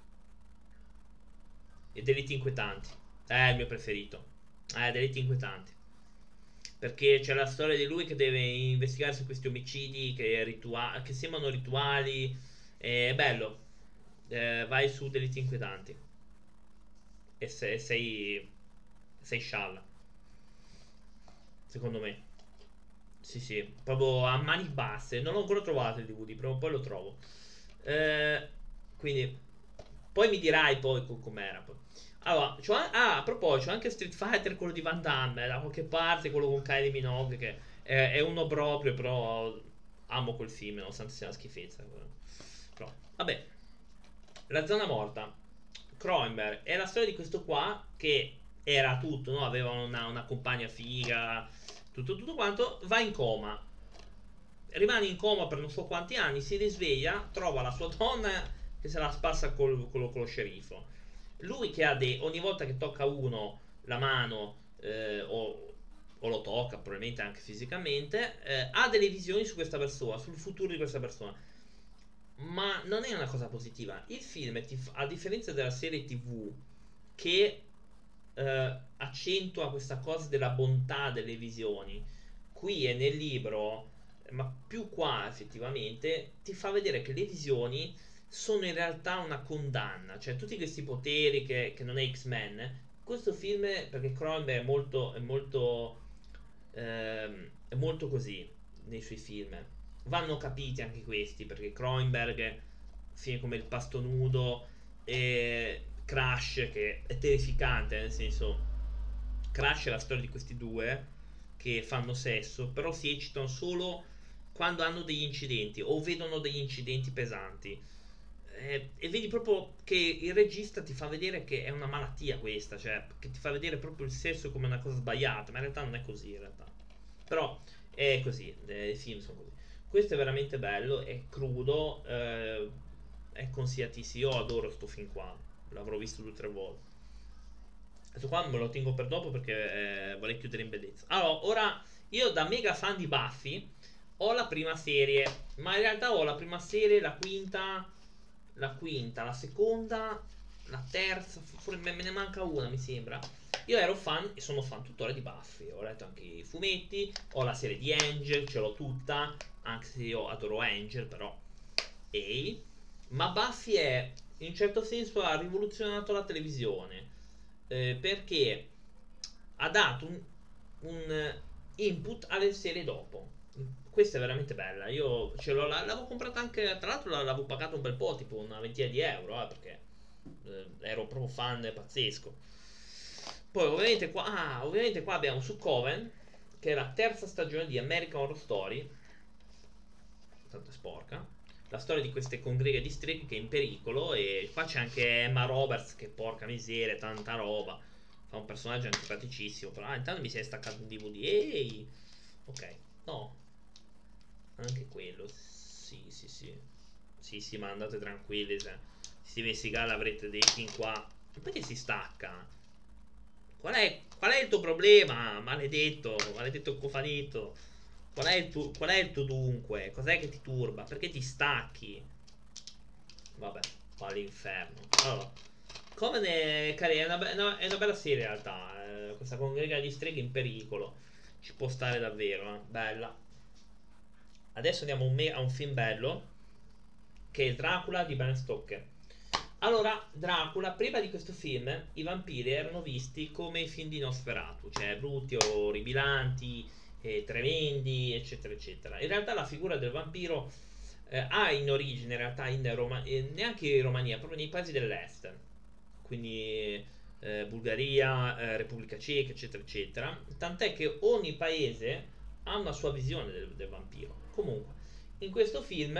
e Delitti inquietanti. È il mio preferito. Delitti inquietanti. Perché c'è la storia di lui che deve investigare su questi omicidi che sembrano rituali. È bello. Vai su Delitti inquietanti. E sei scialla. Secondo me. Sì, sì. Proprio a mani basse. Non l'ho ancora trovato il DVD, però poi lo trovo. Eh, quindi. Poi mi dirai poi com'era. Poi. Allora, a proposito, c'ho anche Street Fighter, quello di Van Damme, da qualche parte, quello con Kylie Minogue, che è uno proprio, però amo quel film, nonostante sia una schifezza. Però, vabbè, La zona morta. Cronenberg è la storia di questo qua che era tutto, no? Aveva una compagna figa, tutto quanto, va in coma. Rimane in coma per non so quanti anni, si risveglia, trova la sua donna che se la spassa con lo sceriffo. Lui che ogni volta che tocca uno la mano o lo tocca, probabilmente anche fisicamente, ha delle visioni su questa persona, sul futuro di questa persona. Ma non è una cosa positiva. Il film, a differenza della serie TV, che accentua questa cosa della bontà delle visioni, qui e nel libro, ma più qua effettivamente, ti fa vedere che le visioni sono in realtà una condanna. Cioè tutti questi poteri che non è X-Men. Questo film, perché Cronenberg è molto così nei suoi film. Vanno capiti anche questi, perché Cronenberg, film come Il pasto nudo e Crash, che è terrificante, nel senso, Crash è la storia di questi due che fanno sesso, però si eccitano solo quando hanno degli incidenti o vedono degli incidenti pesanti. E vedi proprio che il regista ti fa vedere che è una malattia questa, cioè che ti fa vedere proprio il sesso come una cosa sbagliata, ma in realtà non è così, in realtà. Però è così, i film sono così. Questo è veramente bello, è crudo, è consigliatissimo. Io adoro sto film qua, l'avrò visto 2 o 3 volte. Questo qua me lo tengo per dopo perché vorrei chiudere in bellezza. Allora, ora io da mega fan di Buffy ho la prima serie, ma in realtà ho la prima serie, la quinta, la seconda, la terza, me ne manca una mi sembra. Io ero fan e sono fan tuttora di Buffy, ho letto anche i fumetti, ho la serie di Angel, ce l'ho tutta, anche se io adoro Angel, però ehi. Ma Buffy in un certo senso ha rivoluzionato la televisione, perché ha dato un input alle serie dopo. Questa è veramente bella. Io l'avevo comprata anche, tra l'altro l'avevo pagata un bel po', tipo una ventina di euro, perché ero proprio fan pazzesco. Poi ovviamente qua abbiamo su Coven, che è la terza stagione di American Horror Story, tanto è sporca, la storia di queste congreghe di streghe che è in pericolo, e qua c'è anche Emma Roberts che porca miseria, tanta roba, fa un personaggio antipaticissimo, però intanto mi si è staccato un DVD, ehi, ok, no, anche quello, sì, sì, sì, sì, sì, ma andate tranquilli, se Steven Seagal avrete dei film qua, perché si stacca? Qual è il tuo problema, maledetto cofanito? Qual è il tuo dunque? Cos'è che ti turba? Perché ti stacchi? Vabbè, va all'inferno. Allora, Coven è carina, è una bella serie in realtà. Questa congrega di streghe in pericolo. Ci può stare davvero, bella. Adesso andiamo a un film bello, che è Dracula di Bram Stoker. Allora, Dracula, prima di questo film, i vampiri erano visti come i film di Nosferatu, cioè brutti, orribilanti, tremendi, eccetera, eccetera. In realtà la figura del vampiro ha in origine, in realtà, neanche in Romania, proprio nei paesi dell'est, quindi Bulgaria, Repubblica Ceca, eccetera, eccetera. Tant'è che ogni paese ha una sua visione del vampiro. Comunque, in questo film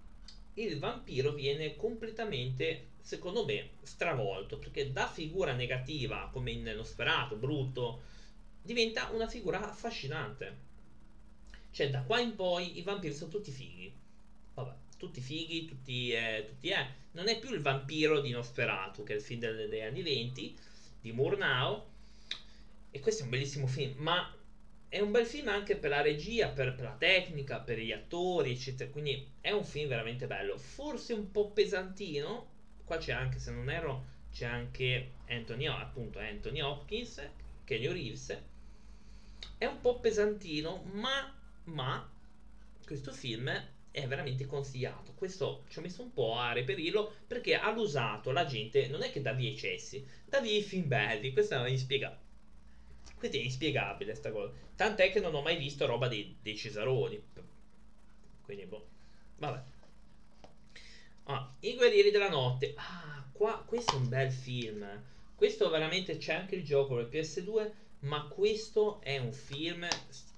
il vampiro viene completamente, secondo me, stravolto, perché da figura negativa, come in Nosferatu, brutto, diventa una figura affascinante. Cioè, da qua in poi i vampiri sono tutti fighi. Vabbè. tutti fighi, tutti non è più il vampiro di Nosferatu, che è il film degli anni 20 di Murnau. E questo è un bellissimo film, ma è un bel film anche per la regia, per la tecnica, per gli attori, eccetera. Quindi è un film veramente bello. Forse un po' pesantino. Qua c'è anche, se non erro, c'è anche Anthony Hopkins, Keanu Reeves. È un po' pesantino, ma questo film è veramente consigliato. Questo ci ho messo un po' a reperirlo perché ha usato la gente, non è che da via i cessi, da via i film belli. Questo è inspiegabile. Questo è inspiegabile sta cosa. Tant'è che non ho mai visto roba dei Cesaroni. Quindi boh. Vabbè. I Guerrieri della Notte. Qua questo è un bel film. Questo veramente c'è anche il gioco per PS2, ma questo è un film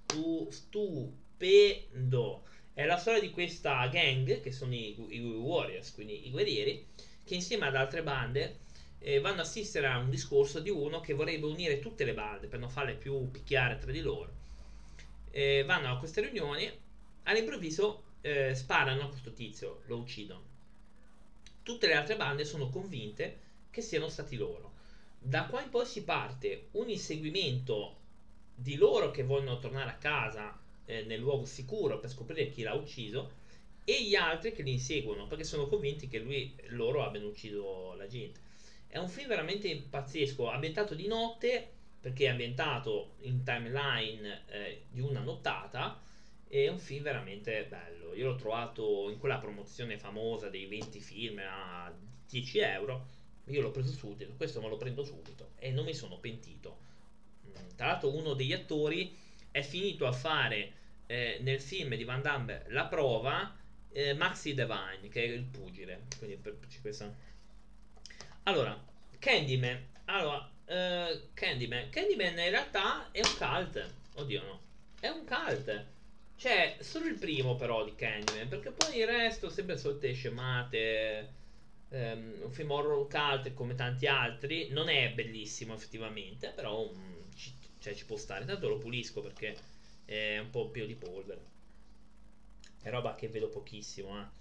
stupendo. È la storia di questa gang, che sono i Warriors, quindi i guerrieri, che insieme ad altre bande vanno a assistere a un discorso di uno che vorrebbe unire tutte le bande per non farle più picchiare tra di loro. Vanno a queste riunioni, all'improvviso sparano a questo tizio, lo uccidono. Tutte le altre bande sono convinte che siano stati loro. Da qua in poi si parte un inseguimento di loro che vogliono tornare a casa nel luogo sicuro per scoprire chi l'ha ucciso, e gli altri che li inseguono perché sono convinti che loro abbiano ucciso la gente. È un film veramente pazzesco, ambientato di notte perché è ambientato in timeline di una nottata. È un film veramente bello. Io l'ho trovato in quella promozione famosa dei 20 film a 10 euro. Io l'ho preso subito, questo me lo prendo subito e non mi sono pentito. Tra l'altro uno degli attori è finito a fare nel film di Van Damme La Prova, Maxi Devine, che è il pugile. Quindi questa. Allora, Candyman. Candyman in realtà è un cult. Oddio no. È un cult. C'è solo il primo però di Candyman, perché poi il resto sempre solite scemate. Un film horror cult come tanti altri. Non è bellissimo effettivamente, però ci può stare. Intanto lo pulisco perché è un po' pieno di polvere. È roba che vedo pochissimo,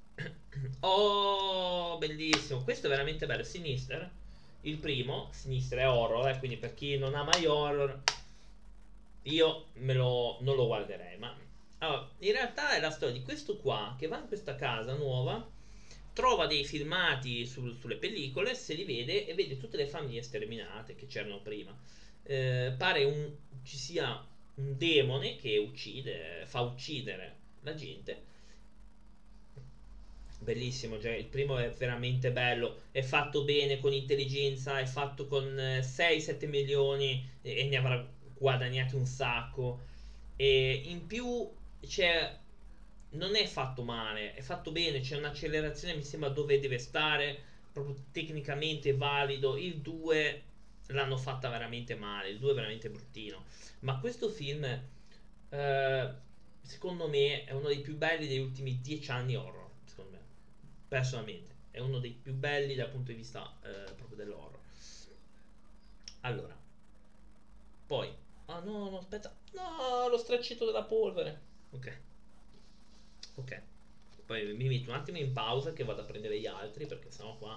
Oh, bellissimo. Questo è veramente bello. Sinister. Il primo. Sinister è horror, quindi per chi non ama gli horror, io non lo guarderei. Ma allora, in realtà è la storia di questo qua che va in questa casa nuova, trova dei filmati sulle pellicole, se li vede e vede tutte le famiglie sterminate che c'erano prima. Pare ci sia un demone che fa uccidere la gente. Bellissimo, cioè il primo è veramente bello, è fatto bene con intelligenza, è fatto con 6-7 milioni e ne avrà guadagnati un sacco. E in più non è fatto male, è fatto bene, c'è un'accelerazione mi sembra dove deve stare, proprio tecnicamente valido. Il 2 l'hanno fatta veramente male, il 2 è veramente bruttino, ma questo film secondo me è uno dei più belli degli ultimi 10 anni horror, secondo me, personalmente è uno dei più belli dal punto di vista proprio dell'horror. Allora, poi no, aspetta, no, lo straccetto della polvere. Ok, poi mi metto un attimo in pausa che vado a prendere gli altri perché sennò qua.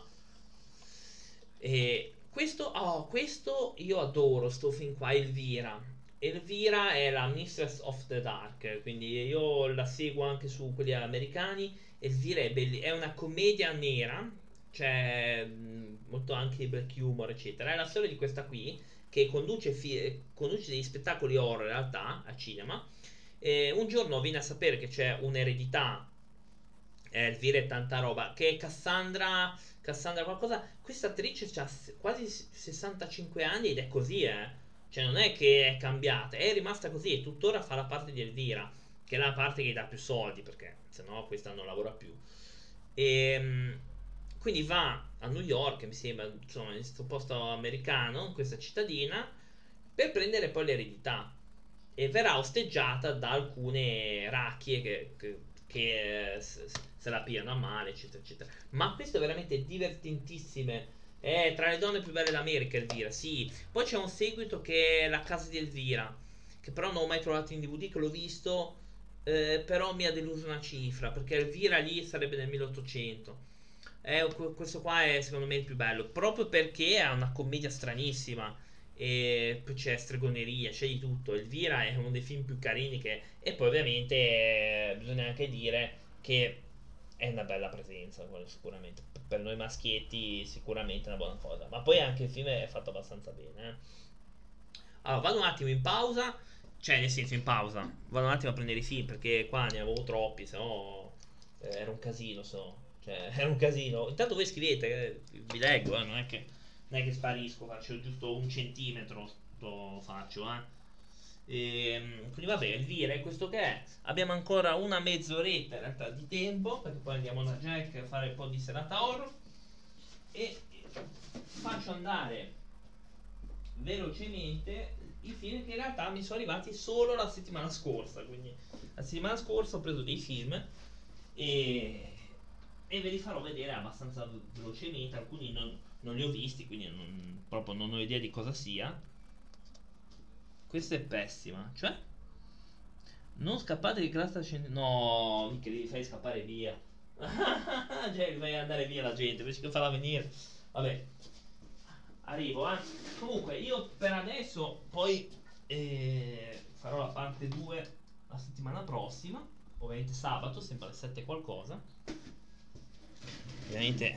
E questo io adoro, sto film qua, Elvira è la Mistress of the Dark, quindi io la seguo anche su quelli americani. Elvira è una commedia nera, c'è molto anche di black humor eccetera. È la storia di questa qui che conduce degli spettacoli horror in realtà a cinema. Un giorno viene a sapere che c'è un'eredità. Elvira è tanta roba, che è Cassandra qualcosa. Questa attrice ha quasi 65 anni ed è così, cioè non è che è cambiata, è rimasta così e tuttora fa la parte di Elvira, che è la parte che gli dà più soldi perché sennò questa non lavora più. Quindi va a New York, mi sembra, insomma, in questo posto americano, in questa cittadina, per prendere poi l'eredità, e verrà osteggiata da alcune racchie che se la piano a male eccetera eccetera. Ma questo è veramente divertentissime. È tra le donne più belle d'America Elvira, sì. Poi c'è un seguito che è La casa di Elvira, che però non ho mai trovato in DVD, che l'ho visto però mi ha deluso una cifra, perché Elvira lì sarebbe nel 1800. Questo qua è secondo me il più bello, proprio perché è una commedia stranissima. E poi c'è stregoneria, c'è di tutto. Elvira è uno dei film più carini che... E poi ovviamente bisogna anche dire che è una bella presenza, quello sicuramente. Per noi maschietti sicuramente è una buona cosa. Ma poi anche il film è fatto abbastanza bene. Allora, vado un attimo in pausa. Cioè, nel senso, in pausa. Vado un attimo a prendere i film perché qua ne avevo troppi, se no era un casino, se no. Cioè, era un casino. Intanto voi scrivete, vi leggo, non è che sparisco, faccio giusto un centimetro, lo faccio, eh. Quindi vabbè, Elvira è questo che è. Abbiamo ancora una mezz'oretta in realtà di tempo, perché poi andiamo da Jack a fare un po' di serata horror. E faccio andare velocemente i film che in realtà mi sono arrivati solo la settimana scorsa. Quindi la settimana scorsa ho preso dei film e ve li farò vedere abbastanza velocemente. Alcuni non li ho visti, quindi proprio non ho idea di cosa sia. Questa è pessima. Cioè, non scappate che classe scendendo. No, che li fai scappare via. Cioè, li fai andare via la gente invece che farla venire. Vabbè, arrivo, eh. Comunque, io per adesso poi farò la parte 2 la settimana prossima. Ovviamente sabato, sempre alle 7 qualcosa. Ovviamente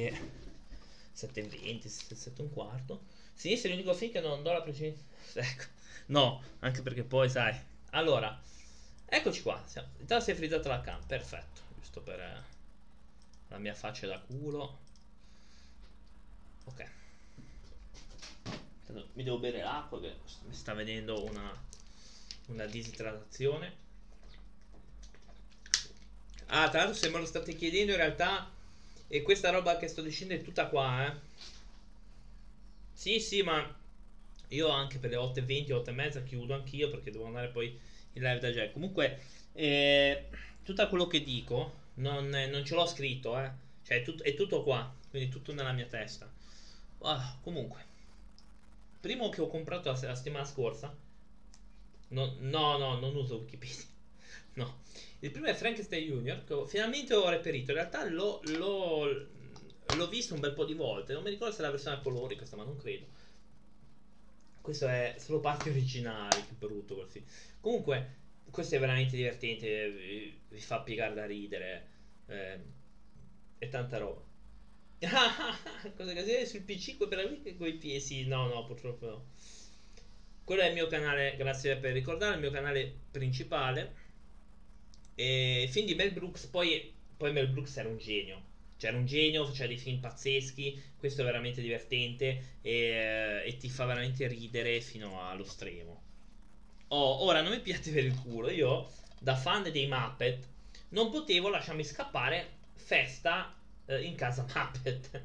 7:20, 7 e un quarto. Sinistra è l'unico film che non do la precedenza. Ecco. No, anche perché poi sai. Allora, eccoci qua. Intanto si è frizzata la cam. Perfetto. Giusto per la mia faccia da culo. Ok. Mi devo bere l'acqua che mi sta venendo una disidratazione. Ah, tra l'altro se me lo state chiedendo in realtà, e questa roba che sto dicendo è tutta qua, eh. Sì, ma io anche per le 8:20, 8:30 chiudo anch'io perché devo andare poi in live da Jack. Comunque, tutto quello che dico non ce l'ho scritto, eh. Cioè, è tutto qua, quindi tutto nella mia testa. Comunque, primo che ho comprato la settimana scorsa. No, non uso Wikipedia. No. Il primo è Frankenstein Junior, che finalmente ho reperito. In realtà l'ho visto un bel po' di volte. Non mi ricordo se è la versione a colori questa, ma non credo. Questo è solo parti originali, che brutto quel film. Comunque, questo è veramente divertente, vi fa piegare da ridere. È tanta roba. Cosa che sul PC per la con i piedi? Sì, no, purtroppo no. Quello è il mio canale, grazie per ricordare, il mio canale principale. E film di Mel Brooks, poi Mel Brooks era un genio. Cioè era un genio, faceva dei film pazzeschi. Questo è veramente divertente e ti fa veramente ridere fino allo stremo. Ora non mi piace per il culo. Io, da fan dei Muppet, non potevo lasciarmi scappare Festa in casa Muppet.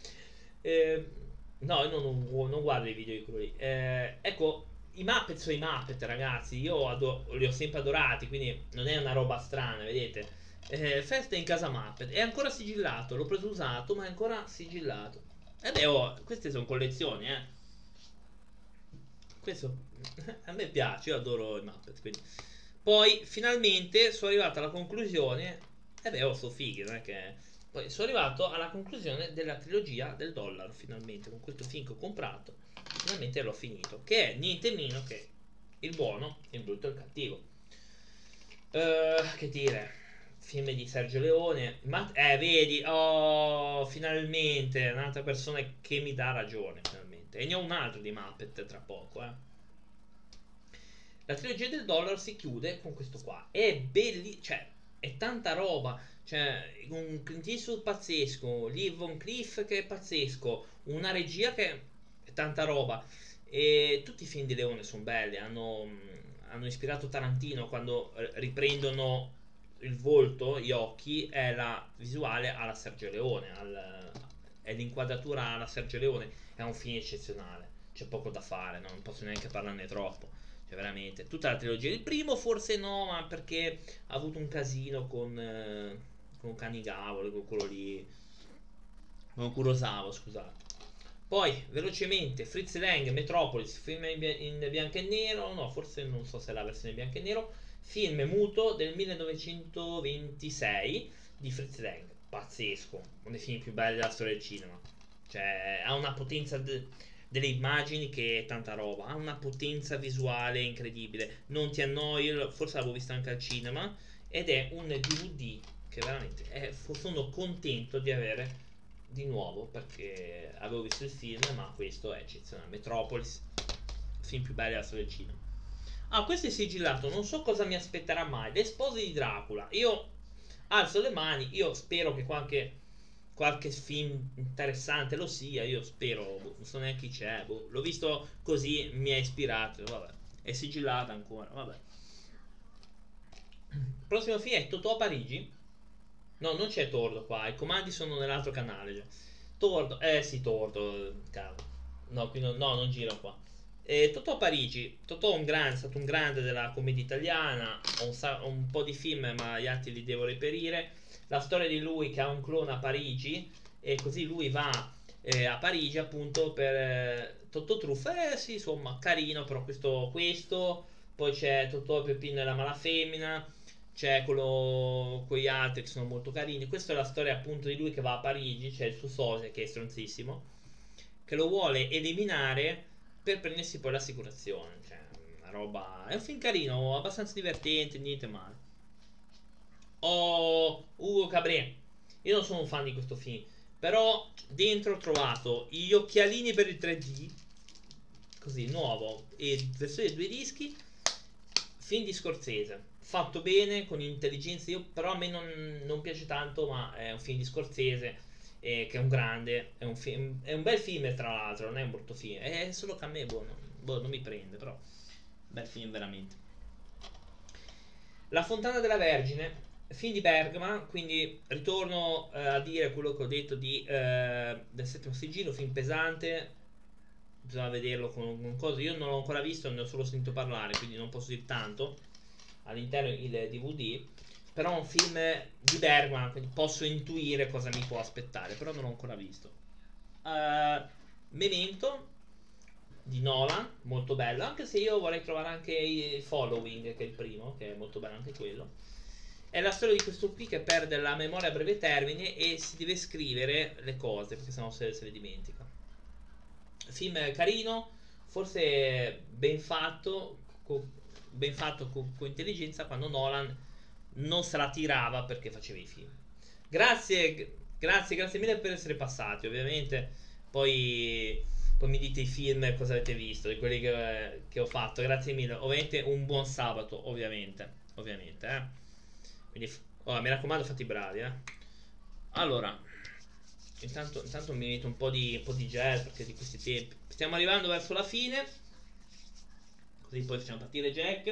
No, io non guardo i video di quello lì. Ecco, i Muppet sono i Muppet, ragazzi. Io li ho sempre adorati, quindi non è una roba strana, vedete? Festa in casa Muppet. È ancora sigillato, l'ho preso usato, ma è ancora sigillato. E beh, queste sono collezioni, eh. Questo a me piace, io adoro i Muppet, quindi. Poi, finalmente, sono arrivato alla conclusione. Sono fighi, non è che... Poi sono arrivato alla conclusione della trilogia del dollaro, finalmente, con questo film che ho comprato. Finalmente l'ho finito, che è niente meno che il buono, il brutto e il cattivo. Che dire, film di Sergio Leone. Ma vedi, finalmente un'altra persona che mi dà ragione, finalmente. E ne ho un altro di Muppet tra poco, La trilogia del dollaro si chiude con questo qua. È bellissimo, cioè, è tanta roba. Cioè, un Clint Eastwood pazzesco, Lee Von Cleef che è pazzesco, una regia che è tanta roba. E tutti i film di Leone sono belli, hanno ispirato Tarantino quando riprendono il volto, gli occhi, è la visuale alla Sergio Leone, è l'inquadratura alla Sergio Leone, è un film eccezionale, c'è poco da fare, no? Non posso neanche parlarne troppo. Cioè veramente, tutta la trilogia. Il primo forse no, ma perché ha avuto un casino con Kanigavole, con quello lì, con Kurosawa, scusate. Poi, velocemente, Fritz Lang, Metropolis, film in bianco e nero. No, forse non so se è la versione in bianco e nero. film muto del 1926 di Fritz Lang. Pazzesco, uno dei film più belli della storia del cinema. Cioè, ha una potenza delle immagini che è tanta roba. Ha una potenza visuale incredibile. Non ti annoi, forse l'avevo vista anche al cinema. Ed è un DVD che veramente sono contento di avere di nuovo, perché avevo visto il film, ma questo è eccezionale. Metropolis, film più bello della storia del cinema. Ah, questo è sigillato, non so cosa mi aspetterà mai. Le spose di Dracula. Io alzo le mani, io spero che qualche film interessante lo sia. Io spero, boh, non so neanche chi c'è. Boh. L'ho visto così, mi ha ispirato. Vabbè, è sigillata ancora. Vabbè. Prossimo film è Totò a Parigi. No, non c'è Tordo qua. I comandi sono nell'altro canale già. Tordo, sì, Tordo. Cavolo. No, qui no, non gira qua. Totò a Parigi. Totò è stato un grande della commedia italiana. Ho un po' di film, ma gli altri li devo reperire. La storia di lui che ha un clone a Parigi. E così lui va a Parigi appunto per Totò Truffa. Sì, insomma, carino, però questo. Poi c'è Totò, Peppino e la Malafemmina. C'è quello con gli altri che sono molto carini. Questa è la storia appunto di lui che va a Parigi. C'è il suo sosia che è stronzissimo, che lo vuole eliminare per prendersi poi l'assicurazione. Cioè, una roba. È un film carino, abbastanza divertente, niente male. Ugo Cabré. Io non sono un fan di questo film, però dentro ho trovato gli occhialini per il 3D, così nuovo, e versione 2 dischi. Film di Scorsese, fatto bene, con intelligenza. Però a me non piace tanto, ma è un film di Scorsese, che è un grande. È un bel film, tra l'altro, non è un brutto film. È solo che a me non mi prende, però bel film veramente. La Fontana della Vergine, film di Bergman, quindi ritorno a dire quello che ho detto del Settimo Sigillo, film pesante. Bisogna vederlo con cose. Io non l'ho ancora visto, ne ho solo sentito parlare, quindi non posso dire tanto. All'interno il DVD, però è un film di Bergman, quindi posso intuire cosa mi può aspettare, però non l'ho ancora visto. Memento di Nolan, molto bello, anche se io vorrei trovare anche il Following, che è il primo, che è molto bello anche quello. È la storia di questo qui che perde la memoria a breve termine e si deve scrivere le cose, perché sennò se le dimentica. Film carino, forse ben fatto, con intelligenza, quando Nolan non se la tirava perché faceva i film. Grazie mille per essere passati, ovviamente. Poi mi dite i film cosa avete visto, di quelli che ho fatto. Grazie mille. Ovviamente un buon sabato, ovviamente. Quindi, mi raccomando, fate i bravi, Allora, intanto mi metto un po' di gel, perché di questi tempi. Stiamo arrivando verso la fine. Così poi facciamo partire Jack.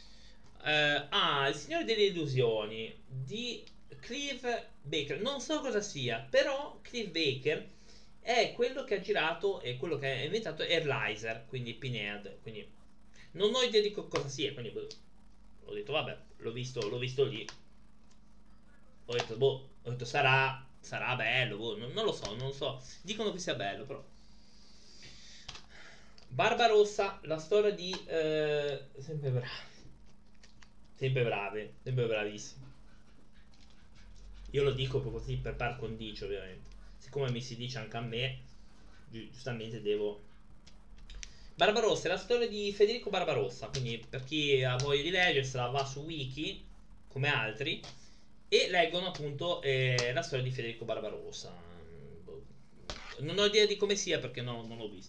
Il Signore delle Illusioni di Clive Baker. Non so cosa sia, però Clive Baker è quello che ha girato e quello che ha inventato Earlizer, quindi Pinhead. Quindi non ho idea di cosa sia, quindi ho detto vabbè, l'ho visto lì. Ho detto sarà bello, non lo so. Dicono che sia bello, però. Barbarossa, la storia di sempre bravi, sempre bravissimi. Io lo dico così per par condicio, ovviamente. Siccome mi si dice anche a me, giustamente devo. Barbarossa è la storia di Federico Barbarossa, quindi per chi ha voglia di leggersela va su Wiki, come altri, e leggono appunto la storia di Federico Barbarossa. Non ho idea di come sia perché non l'ho visto.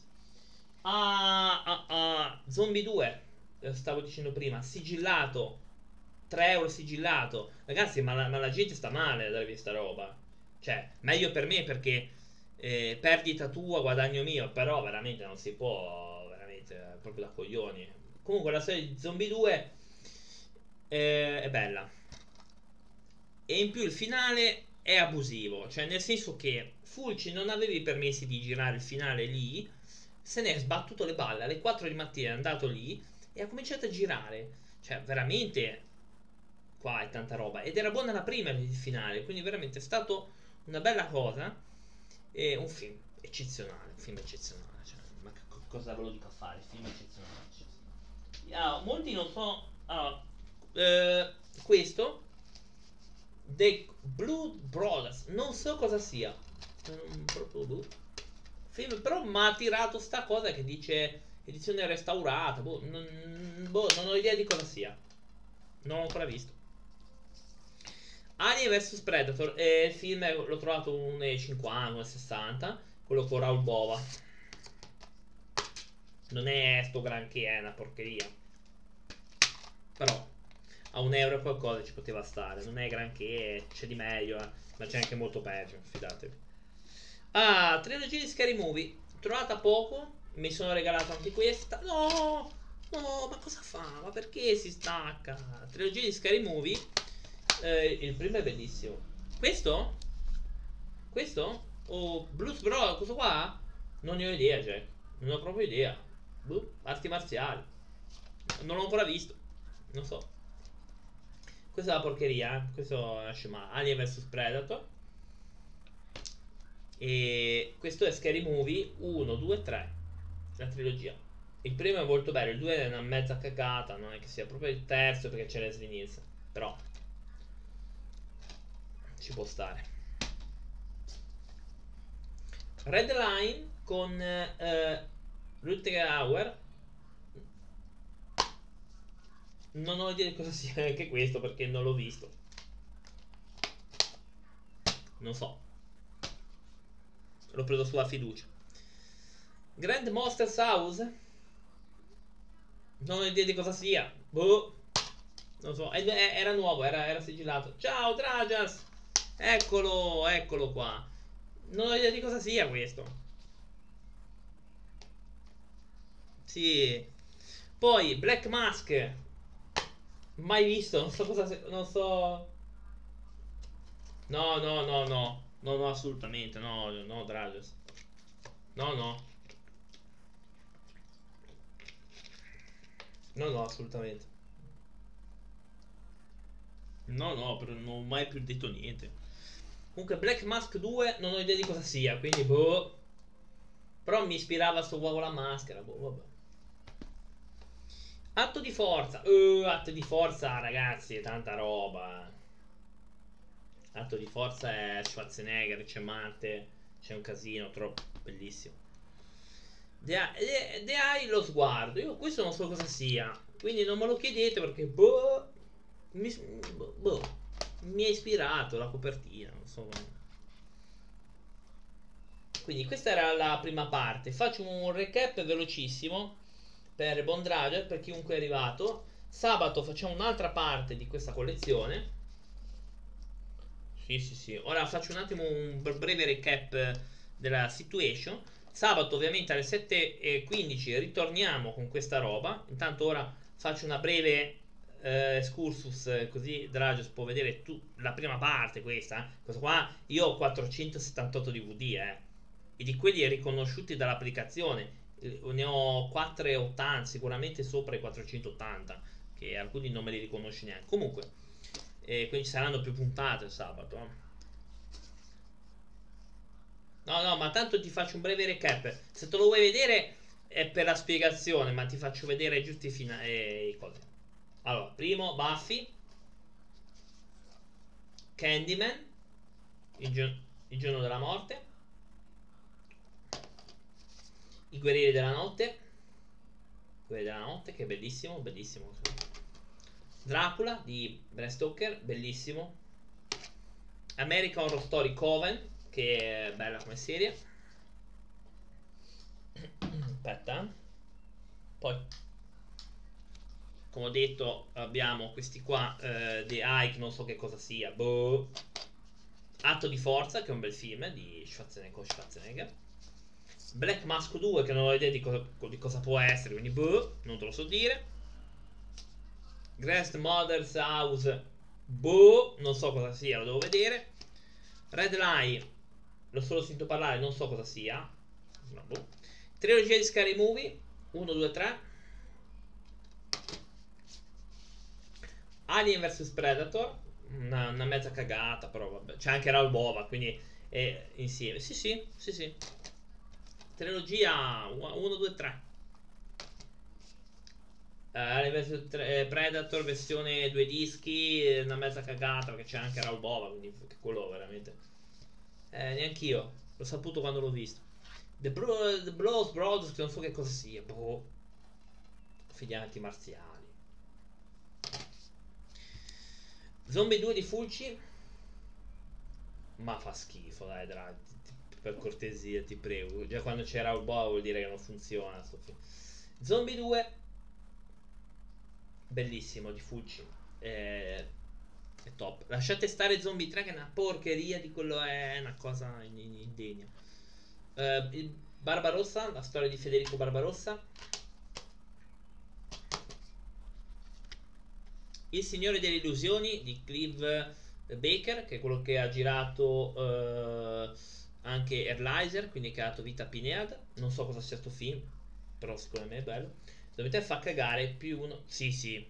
Zombie 2, stavo dicendo prima, sigillato, 3 euro sigillato. Ragazzi, ma la gente sta male da questa roba. Cioè, meglio per me perché perdita tua, guadagno mio, però veramente non si può, veramente, proprio da coglioni. Comunque la storia di Zombie 2 è bella. E in più il finale è abusivo, cioè nel senso che Fulci non aveva i permessi di girare il finale lì, se ne è sbattuto le balle, alle 4 di mattina è andato lì e ha cominciato a girare. Cioè veramente qua è tanta roba. Ed era buona la prima il finale, quindi veramente è stato una bella cosa. E un film eccezionale, cioè, ma cosa ve lo dico a fare? Film eccezionale. Molti non so. Questo The Blood Brothers, non so cosa sia. Film, però mi ha attirato sta cosa che dice edizione restaurata. Non ho idea di cosa sia. Non l'ho ancora visto. Alien vs Predator. Il film l'ho trovato 1,50, 1,60. Quello con Raul Bova. Non è sto granché, è una porcheria. Però a €1 qualcosa ci poteva stare. Non è granché, c'è di meglio, ma c'è anche molto peggio, fidatevi. Ah, trilogia di Scary Movie. Trovata poco. Mi sono regalato anche questa. No, no, ma cosa fa? Ma perché si stacca? Trilogia di Scary Movie. Il primo è bellissimo. Questo? Questo? O Blues Bros? Questo qua? Non ne ho idea, Jack. Non ho proprio idea. Arti marziali. Non l'ho ancora visto. Non so. Questa è la porcheria, questo nasce male. Alien vs Predator. E questo è Scary Movie 1, 2, 3. La trilogia. Il primo è molto bello, il 2 è una mezza cagata. Non è che sia proprio il terzo perché c'è Leslie Nielsen. Però ci può stare. Red Line con Rutger Hauer. Non ho idea di cosa sia anche questo perché non l'ho visto. Non so. L'ho preso sulla fiducia. Grand Monsters House. Non ho idea di cosa sia. Boh. Non so. Era nuovo, era sigillato. Ciao Trajas. Eccolo, eccolo qua. Non ho idea di cosa sia questo. Sì. Poi Black Mask. Mai visto, non so cosa. Non so. No, no, no, no. No, no, assolutamente. No, no, Trajas. No, no. No, no, assolutamente. No, no, però non ho mai più detto niente. Comunque Black Mask 2 non ho idea di cosa sia, quindi boh. Però mi ispirava sto uovo la maschera, boh, vabbè. Atto di forza. Atto di forza, ragazzi, è tanta roba. Atto di forza è Schwarzenegger, c'è Marte, c'è un casino, troppo bellissimo. The Eye, lo sguardo. Io questo non so cosa sia, quindi non me lo chiedete perché boh. Mi ha ispirato la copertina, non so. Quindi questa era la prima parte. Faccio un recap velocissimo per Bond Rider, per chiunque è arrivato. Sabato facciamo un'altra parte di questa collezione. Sì, sì, sì. Ora faccio un attimo un breve recap della situation. Sabato ovviamente alle 7:15 ritorniamo con questa roba. Intanto ora faccio una breve excursus, così Dragios può vedere la prima parte questa. Questo qua io ho 478 DVD, e di quelli riconosciuti dall'applicazione ne ho 480, sicuramente sopra i 480, che alcuni non me li riconosci neanche. Comunque, quindi ci saranno più puntate il sabato. No, no, ma tanto ti faccio un breve recap. Se te lo vuoi vedere è per la spiegazione, ma ti faccio vedere giusto i cose. Allora, primo Buffy, Candyman, il giorno della morte, i guerrieri della notte, che è bellissimo, bellissimo. Dracula di Bram Stoker, bellissimo. American Horror Story Coven, che è bella come serie. Aspetta. Poi, come ho detto, abbiamo questi qua, The Ike, non so che cosa sia. Boh. Atto di forza, che è un bel film di Schwarzenegger. Black Mask 2, che non ho idea di cosa può essere, quindi boh, non te lo so dire. Grand Mother's House, boh, non so cosa sia, lo devo vedere. Red Line, l'ho solo sentito parlare, non so cosa sia. No, boh. Trilogia di Scary Movie 1, 2, 3. Alien vs Predator, una mezza cagata, però vabbè. C'è anche Raul Bova, quindi insieme. Sì, sì, sì, sì. Trilogia 1, 2, 3. Predator versione 2 dischi, una mezza cagata perché c'è anche Raul Bova, quindi quello veramente. Neanch'io, l'ho saputo quando l'ho visto. The Blues Brothers, che non so che cosa sia. Boh. Figli arti marziali. Zombie 2 di Fulci. Ma fa schifo, dai, per cortesia, ti prego. Già quando c'era Raul Bova vuol dire che non funziona. Zombie 2. Bellissimo di Fulci. È top. Lasciate stare Zombie 3 che è una porcheria di quello, è una cosa indegna. Barbarossa, la storia di Federico Barbarossa. Il Signore delle Illusioni di Clive Baker, che è quello che ha girato anche Erlizer, quindi che ha dato vita a Pinead. Non so cosa sia sto film, però sicuramente è bello. Dovete fa cagare più uno. Sì, sì.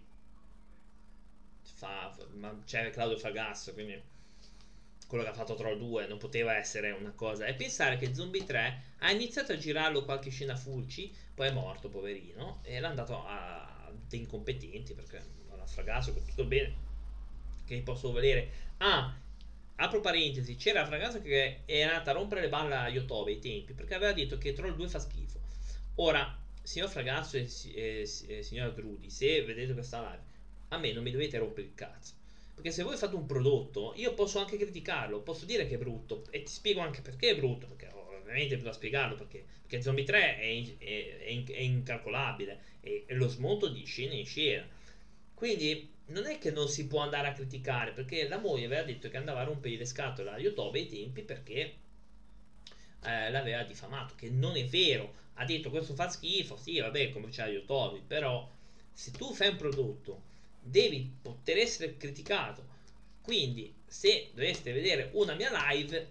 Ma c'è Claudio Fragasso, quindi quello che ha fatto Troll 2 non poteva essere una cosa. E pensare che Zombie 3 ha iniziato a girarlo qualche scena Fulci, poi è morto, poverino, e l'ha andato a dei incompetenti perché alla Fragasso, tutto bene, che posso volere. Apro parentesi, c'era Fragasso che è andata a rompere le balle a Yotobe ai tempi perché aveva detto che Troll 2 fa schifo. Ora, signor Fragasso e signor Drudi, se vedete questa live, a me non mi dovete rompere il cazzo. Perché se voi fate un prodotto, io posso anche criticarlo, posso dire che è brutto, e ti spiego anche perché è brutto, perché ovviamente bisogna spiegarlo, perché Zombie 3 è incalcolabile, e lo smonto di scena in scena. Quindi non è che non si può andare a criticare, perché la moglie aveva detto che andava a rompere le scatole a Yotobe ai tempi perché l'aveva diffamato, che non è vero. Ha detto questo fa schifo, sì vabbè come c'è Yotobe, però se tu fai un prodotto devi poter essere criticato. Quindi se doveste vedere una mia live,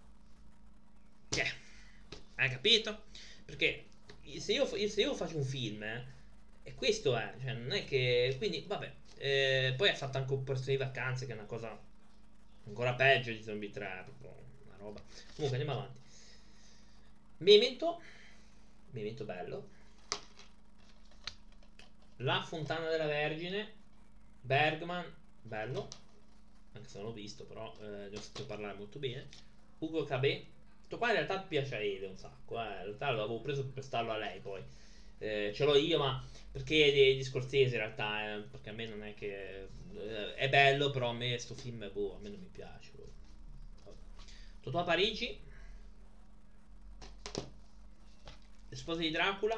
hai capito? Perché se io faccio un film, e questo è, cioè non è che. Quindi vabbè, poi ha fatto anche operazioni di vacanze, che è una cosa ancora peggio di Zombie 3, proprio una roba. Comunque andiamo avanti. Memento bello. La Fontana della Vergine, Bergman, bello, anche se non l'ho visto, però ne ho sentito parlare molto bene. Ugo Cabé, questo qua in realtà piace a Ele un sacco, in realtà l'avevo preso per prestarlo a lei poi. Ce l'ho io, ma perché di Scorsese in realtà, perché a me non è che. È bello, però a me sto film, boh, a me non mi piace. Boh. Totò a Parigi, Le spose di Dracula,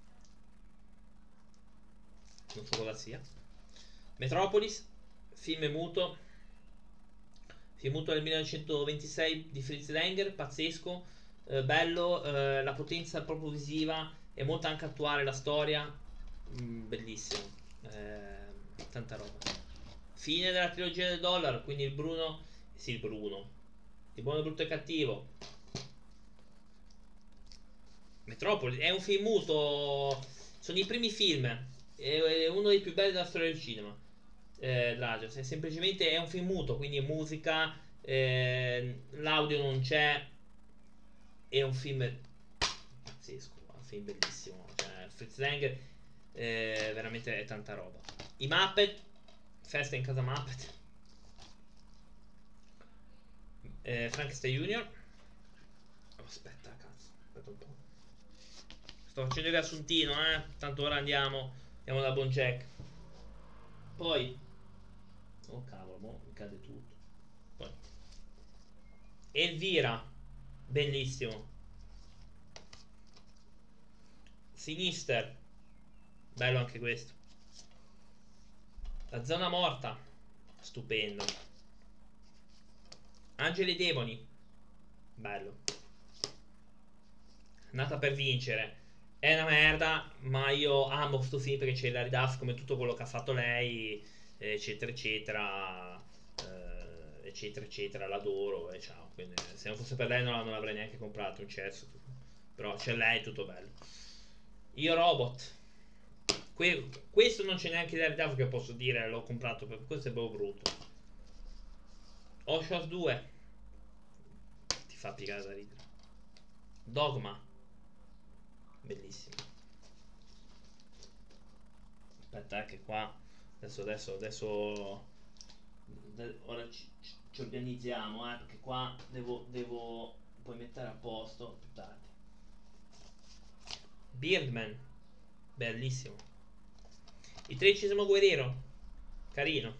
non so cosa sia. Metropolis, film muto del 1926 di Fritz Langer, pazzesco, bello, la potenza proprio visiva e molto anche attuale la storia, bellissimo, tanta roba. Fine della trilogia del dollaro, quindi il Bruno, sì il Bruno, il buono, brutto e cattivo. Metropolis è un film muto, sono i primi film, è uno dei più belli della storia del cinema. Semplicemente è un film muto, quindi musica, l'audio non c'è, è un film pazzesco, un film bellissimo, cioè, Fritz Lang, veramente è tanta roba. I Muppet, Festa in casa Muppet, Frankenstein Junior. Oh, aspetta, cazzo, aspetta un po'. Sto facendo il riassuntino, tanto ora andiamo da Bojack. Poi, oh cavolo, mo mi cade tutto. Poi, Elvira, bellissimo. Sinister, bello anche questo. La zona morta, stupendo. Angeli e demoni, bello. Nata per vincere, è una merda, ma io amo sto film perché c'è Hilary Duff, come tutto quello che ha fatto lei, eccetera eccetera, eccetera eccetera, l'adoro e ciao. Quindi se non fosse per lei non avrei neanche comprato un cesso, però c'è lei, tutto bello. Io Robot, questo non c'è neanche Hilary Duff che posso dire l'ho comprato, perché questo è proprio brutto. Ocean's 2 ti fa piegare da ridere. Dogma, bellissimo. Aspetta, che qua adesso ora ci organizziamo, perché qua devo poi mettere a posto più tardi. Beardman, bellissimo. Il 13° guerriero, carino.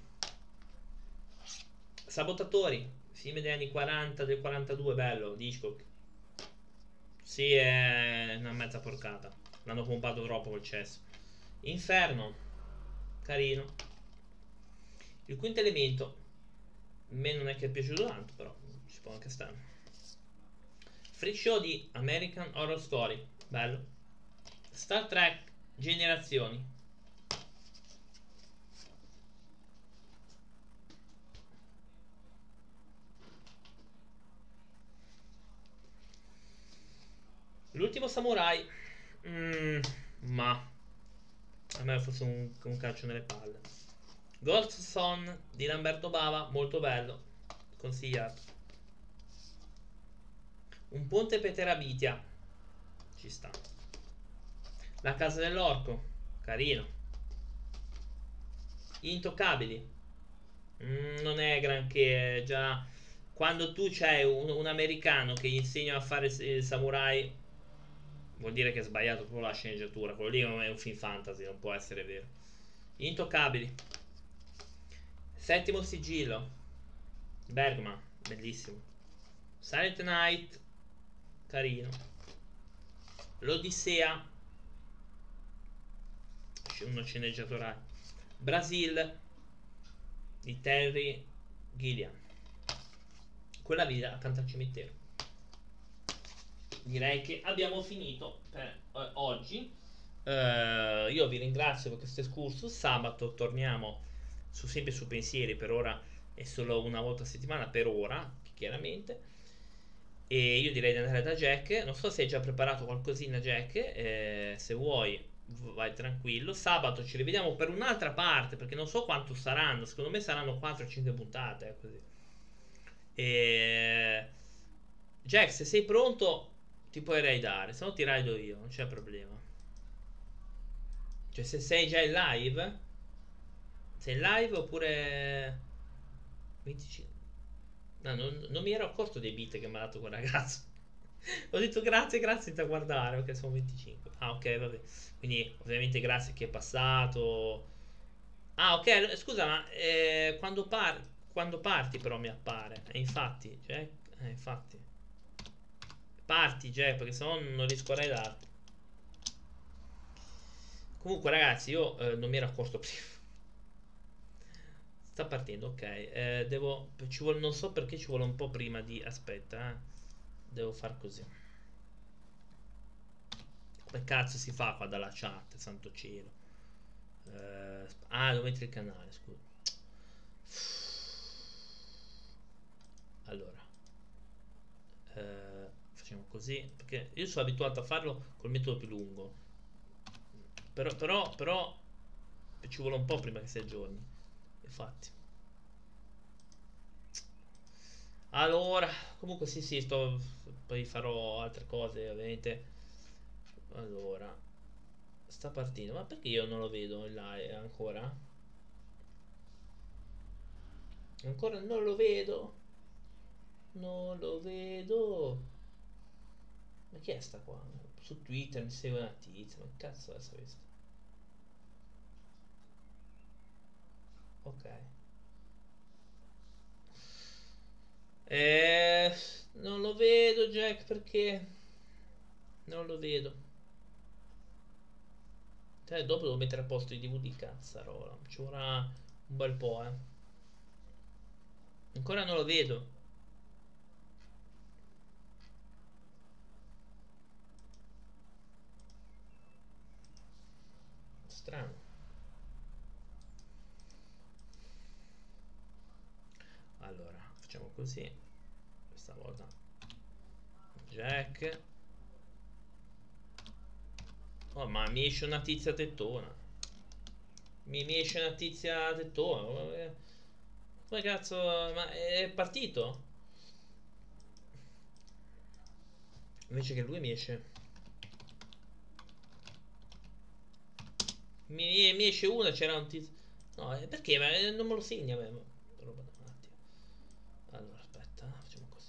Sabotatori, film degli anni 40, del 42, bello, di Hitchcock. Sì, è una mezza porcata. L'hanno pompato troppo col cesso. Inferno, carino. Il quinto elemento, a me non è che è piaciuto tanto, però ci può anche stare. Freak Show di American Horror Story, bello. Star Trek Generazioni. L'ultimo samurai. Ma a me fosse un calcio nelle palle. Ghost Son di Lamberto Bava, molto bello, consigliato. Un ponte per Terabitia, ci sta. La casa dell'orco, carino. Intoccabili, non è granché, già quando tu c'hai un americano che gli insegna a fare il samurai vuol dire che è sbagliato proprio la sceneggiatura. Quello lì è un film fantasy, non può essere vero. Intoccabili. Settimo sigillo, Bergman, bellissimo. Silent Night, carino. L'Odissea, uno sceneggiatore. Brasil di Terry Gilliam. Quella vita accanto al cimitero. Direi che abbiamo finito per oggi. Io vi ringrazio per questo excursus. Sabato torniamo sempre su Pensieri. Per ora è solo una volta a settimana, per ora chiaramente. E io direi di andare da Jack. Non so se hai già preparato qualcosina, Jack. Se vuoi vai tranquillo. Sabato ci rivediamo per un'altra parte, perché non so quanto saranno. Secondo me saranno 4-5 puntate, così. E Jack, se sei pronto ti puoi raidare, se no ti raido io, non c'è problema. Cioè, se sei già in live, sei in live oppure 25. No, non mi ero accorto dei beat che mi ha dato quel ragazzo. Ho detto grazie, grazie da guardare. Ok, sono 25. Ah, ok, vabbè. Quindi, ovviamente, grazie a chi è passato. Ah, ok, scusa, ma quando parti però mi appare. E infatti, cioè, infatti. Parti, Jack, perché sennò non riesco a raidarti. Comunque, ragazzi, io non mi ero accorto prima. Sta partendo, ok. Non so perché ci vuole un po' prima di. Aspetta, devo far così. Come cazzo si fa qua dalla chat, santo cielo? Devo mettere il canale, scusa. Allora, facciamo così, perché io sono abituato a farlo col metodo più lungo. Però ci vuole un po' prima che si aggiorni. Infatti. Allora, comunque sì, poi farò altre cose, ovviamente. Allora, sta partendo, ma perché io non lo vedo in live ancora? Ancora non lo vedo. Non lo vedo. Ma chi è sta qua? Su Twitter mi segue una tizia. Ma che cazzo è questa? Ok. Non lo vedo, Jack, perché non lo vedo. Dopo devo mettere a posto i DVD, cazzarola. Ci vorrà un bel po', Ancora non lo vedo. Strano. Allora, facciamo così. Questa volta Jack. Oh, ma mi esce una tizia tettona. Mi esce una tizia tettona. Come cazzo? Ma è partito? Invece che lui mi mi esce una, c'era un tizio. No, perché? Ma non me lo segna a me. Roba da un attimo. Allora, aspetta, facciamo così.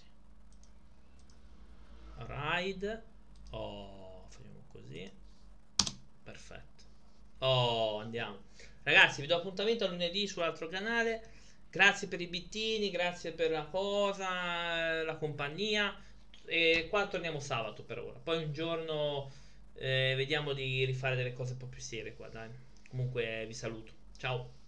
Ride. Oh, facciamo così. Perfetto. Oh, andiamo. Ragazzi, vi do appuntamento a lunedì sull'altro canale. Grazie per i bittini, grazie per la cosa, la compagnia. E qua torniamo sabato per ora. Poi un giorno vediamo di rifare delle cose un po' più serie qua, dai. Comunque vi saluto. Ciao.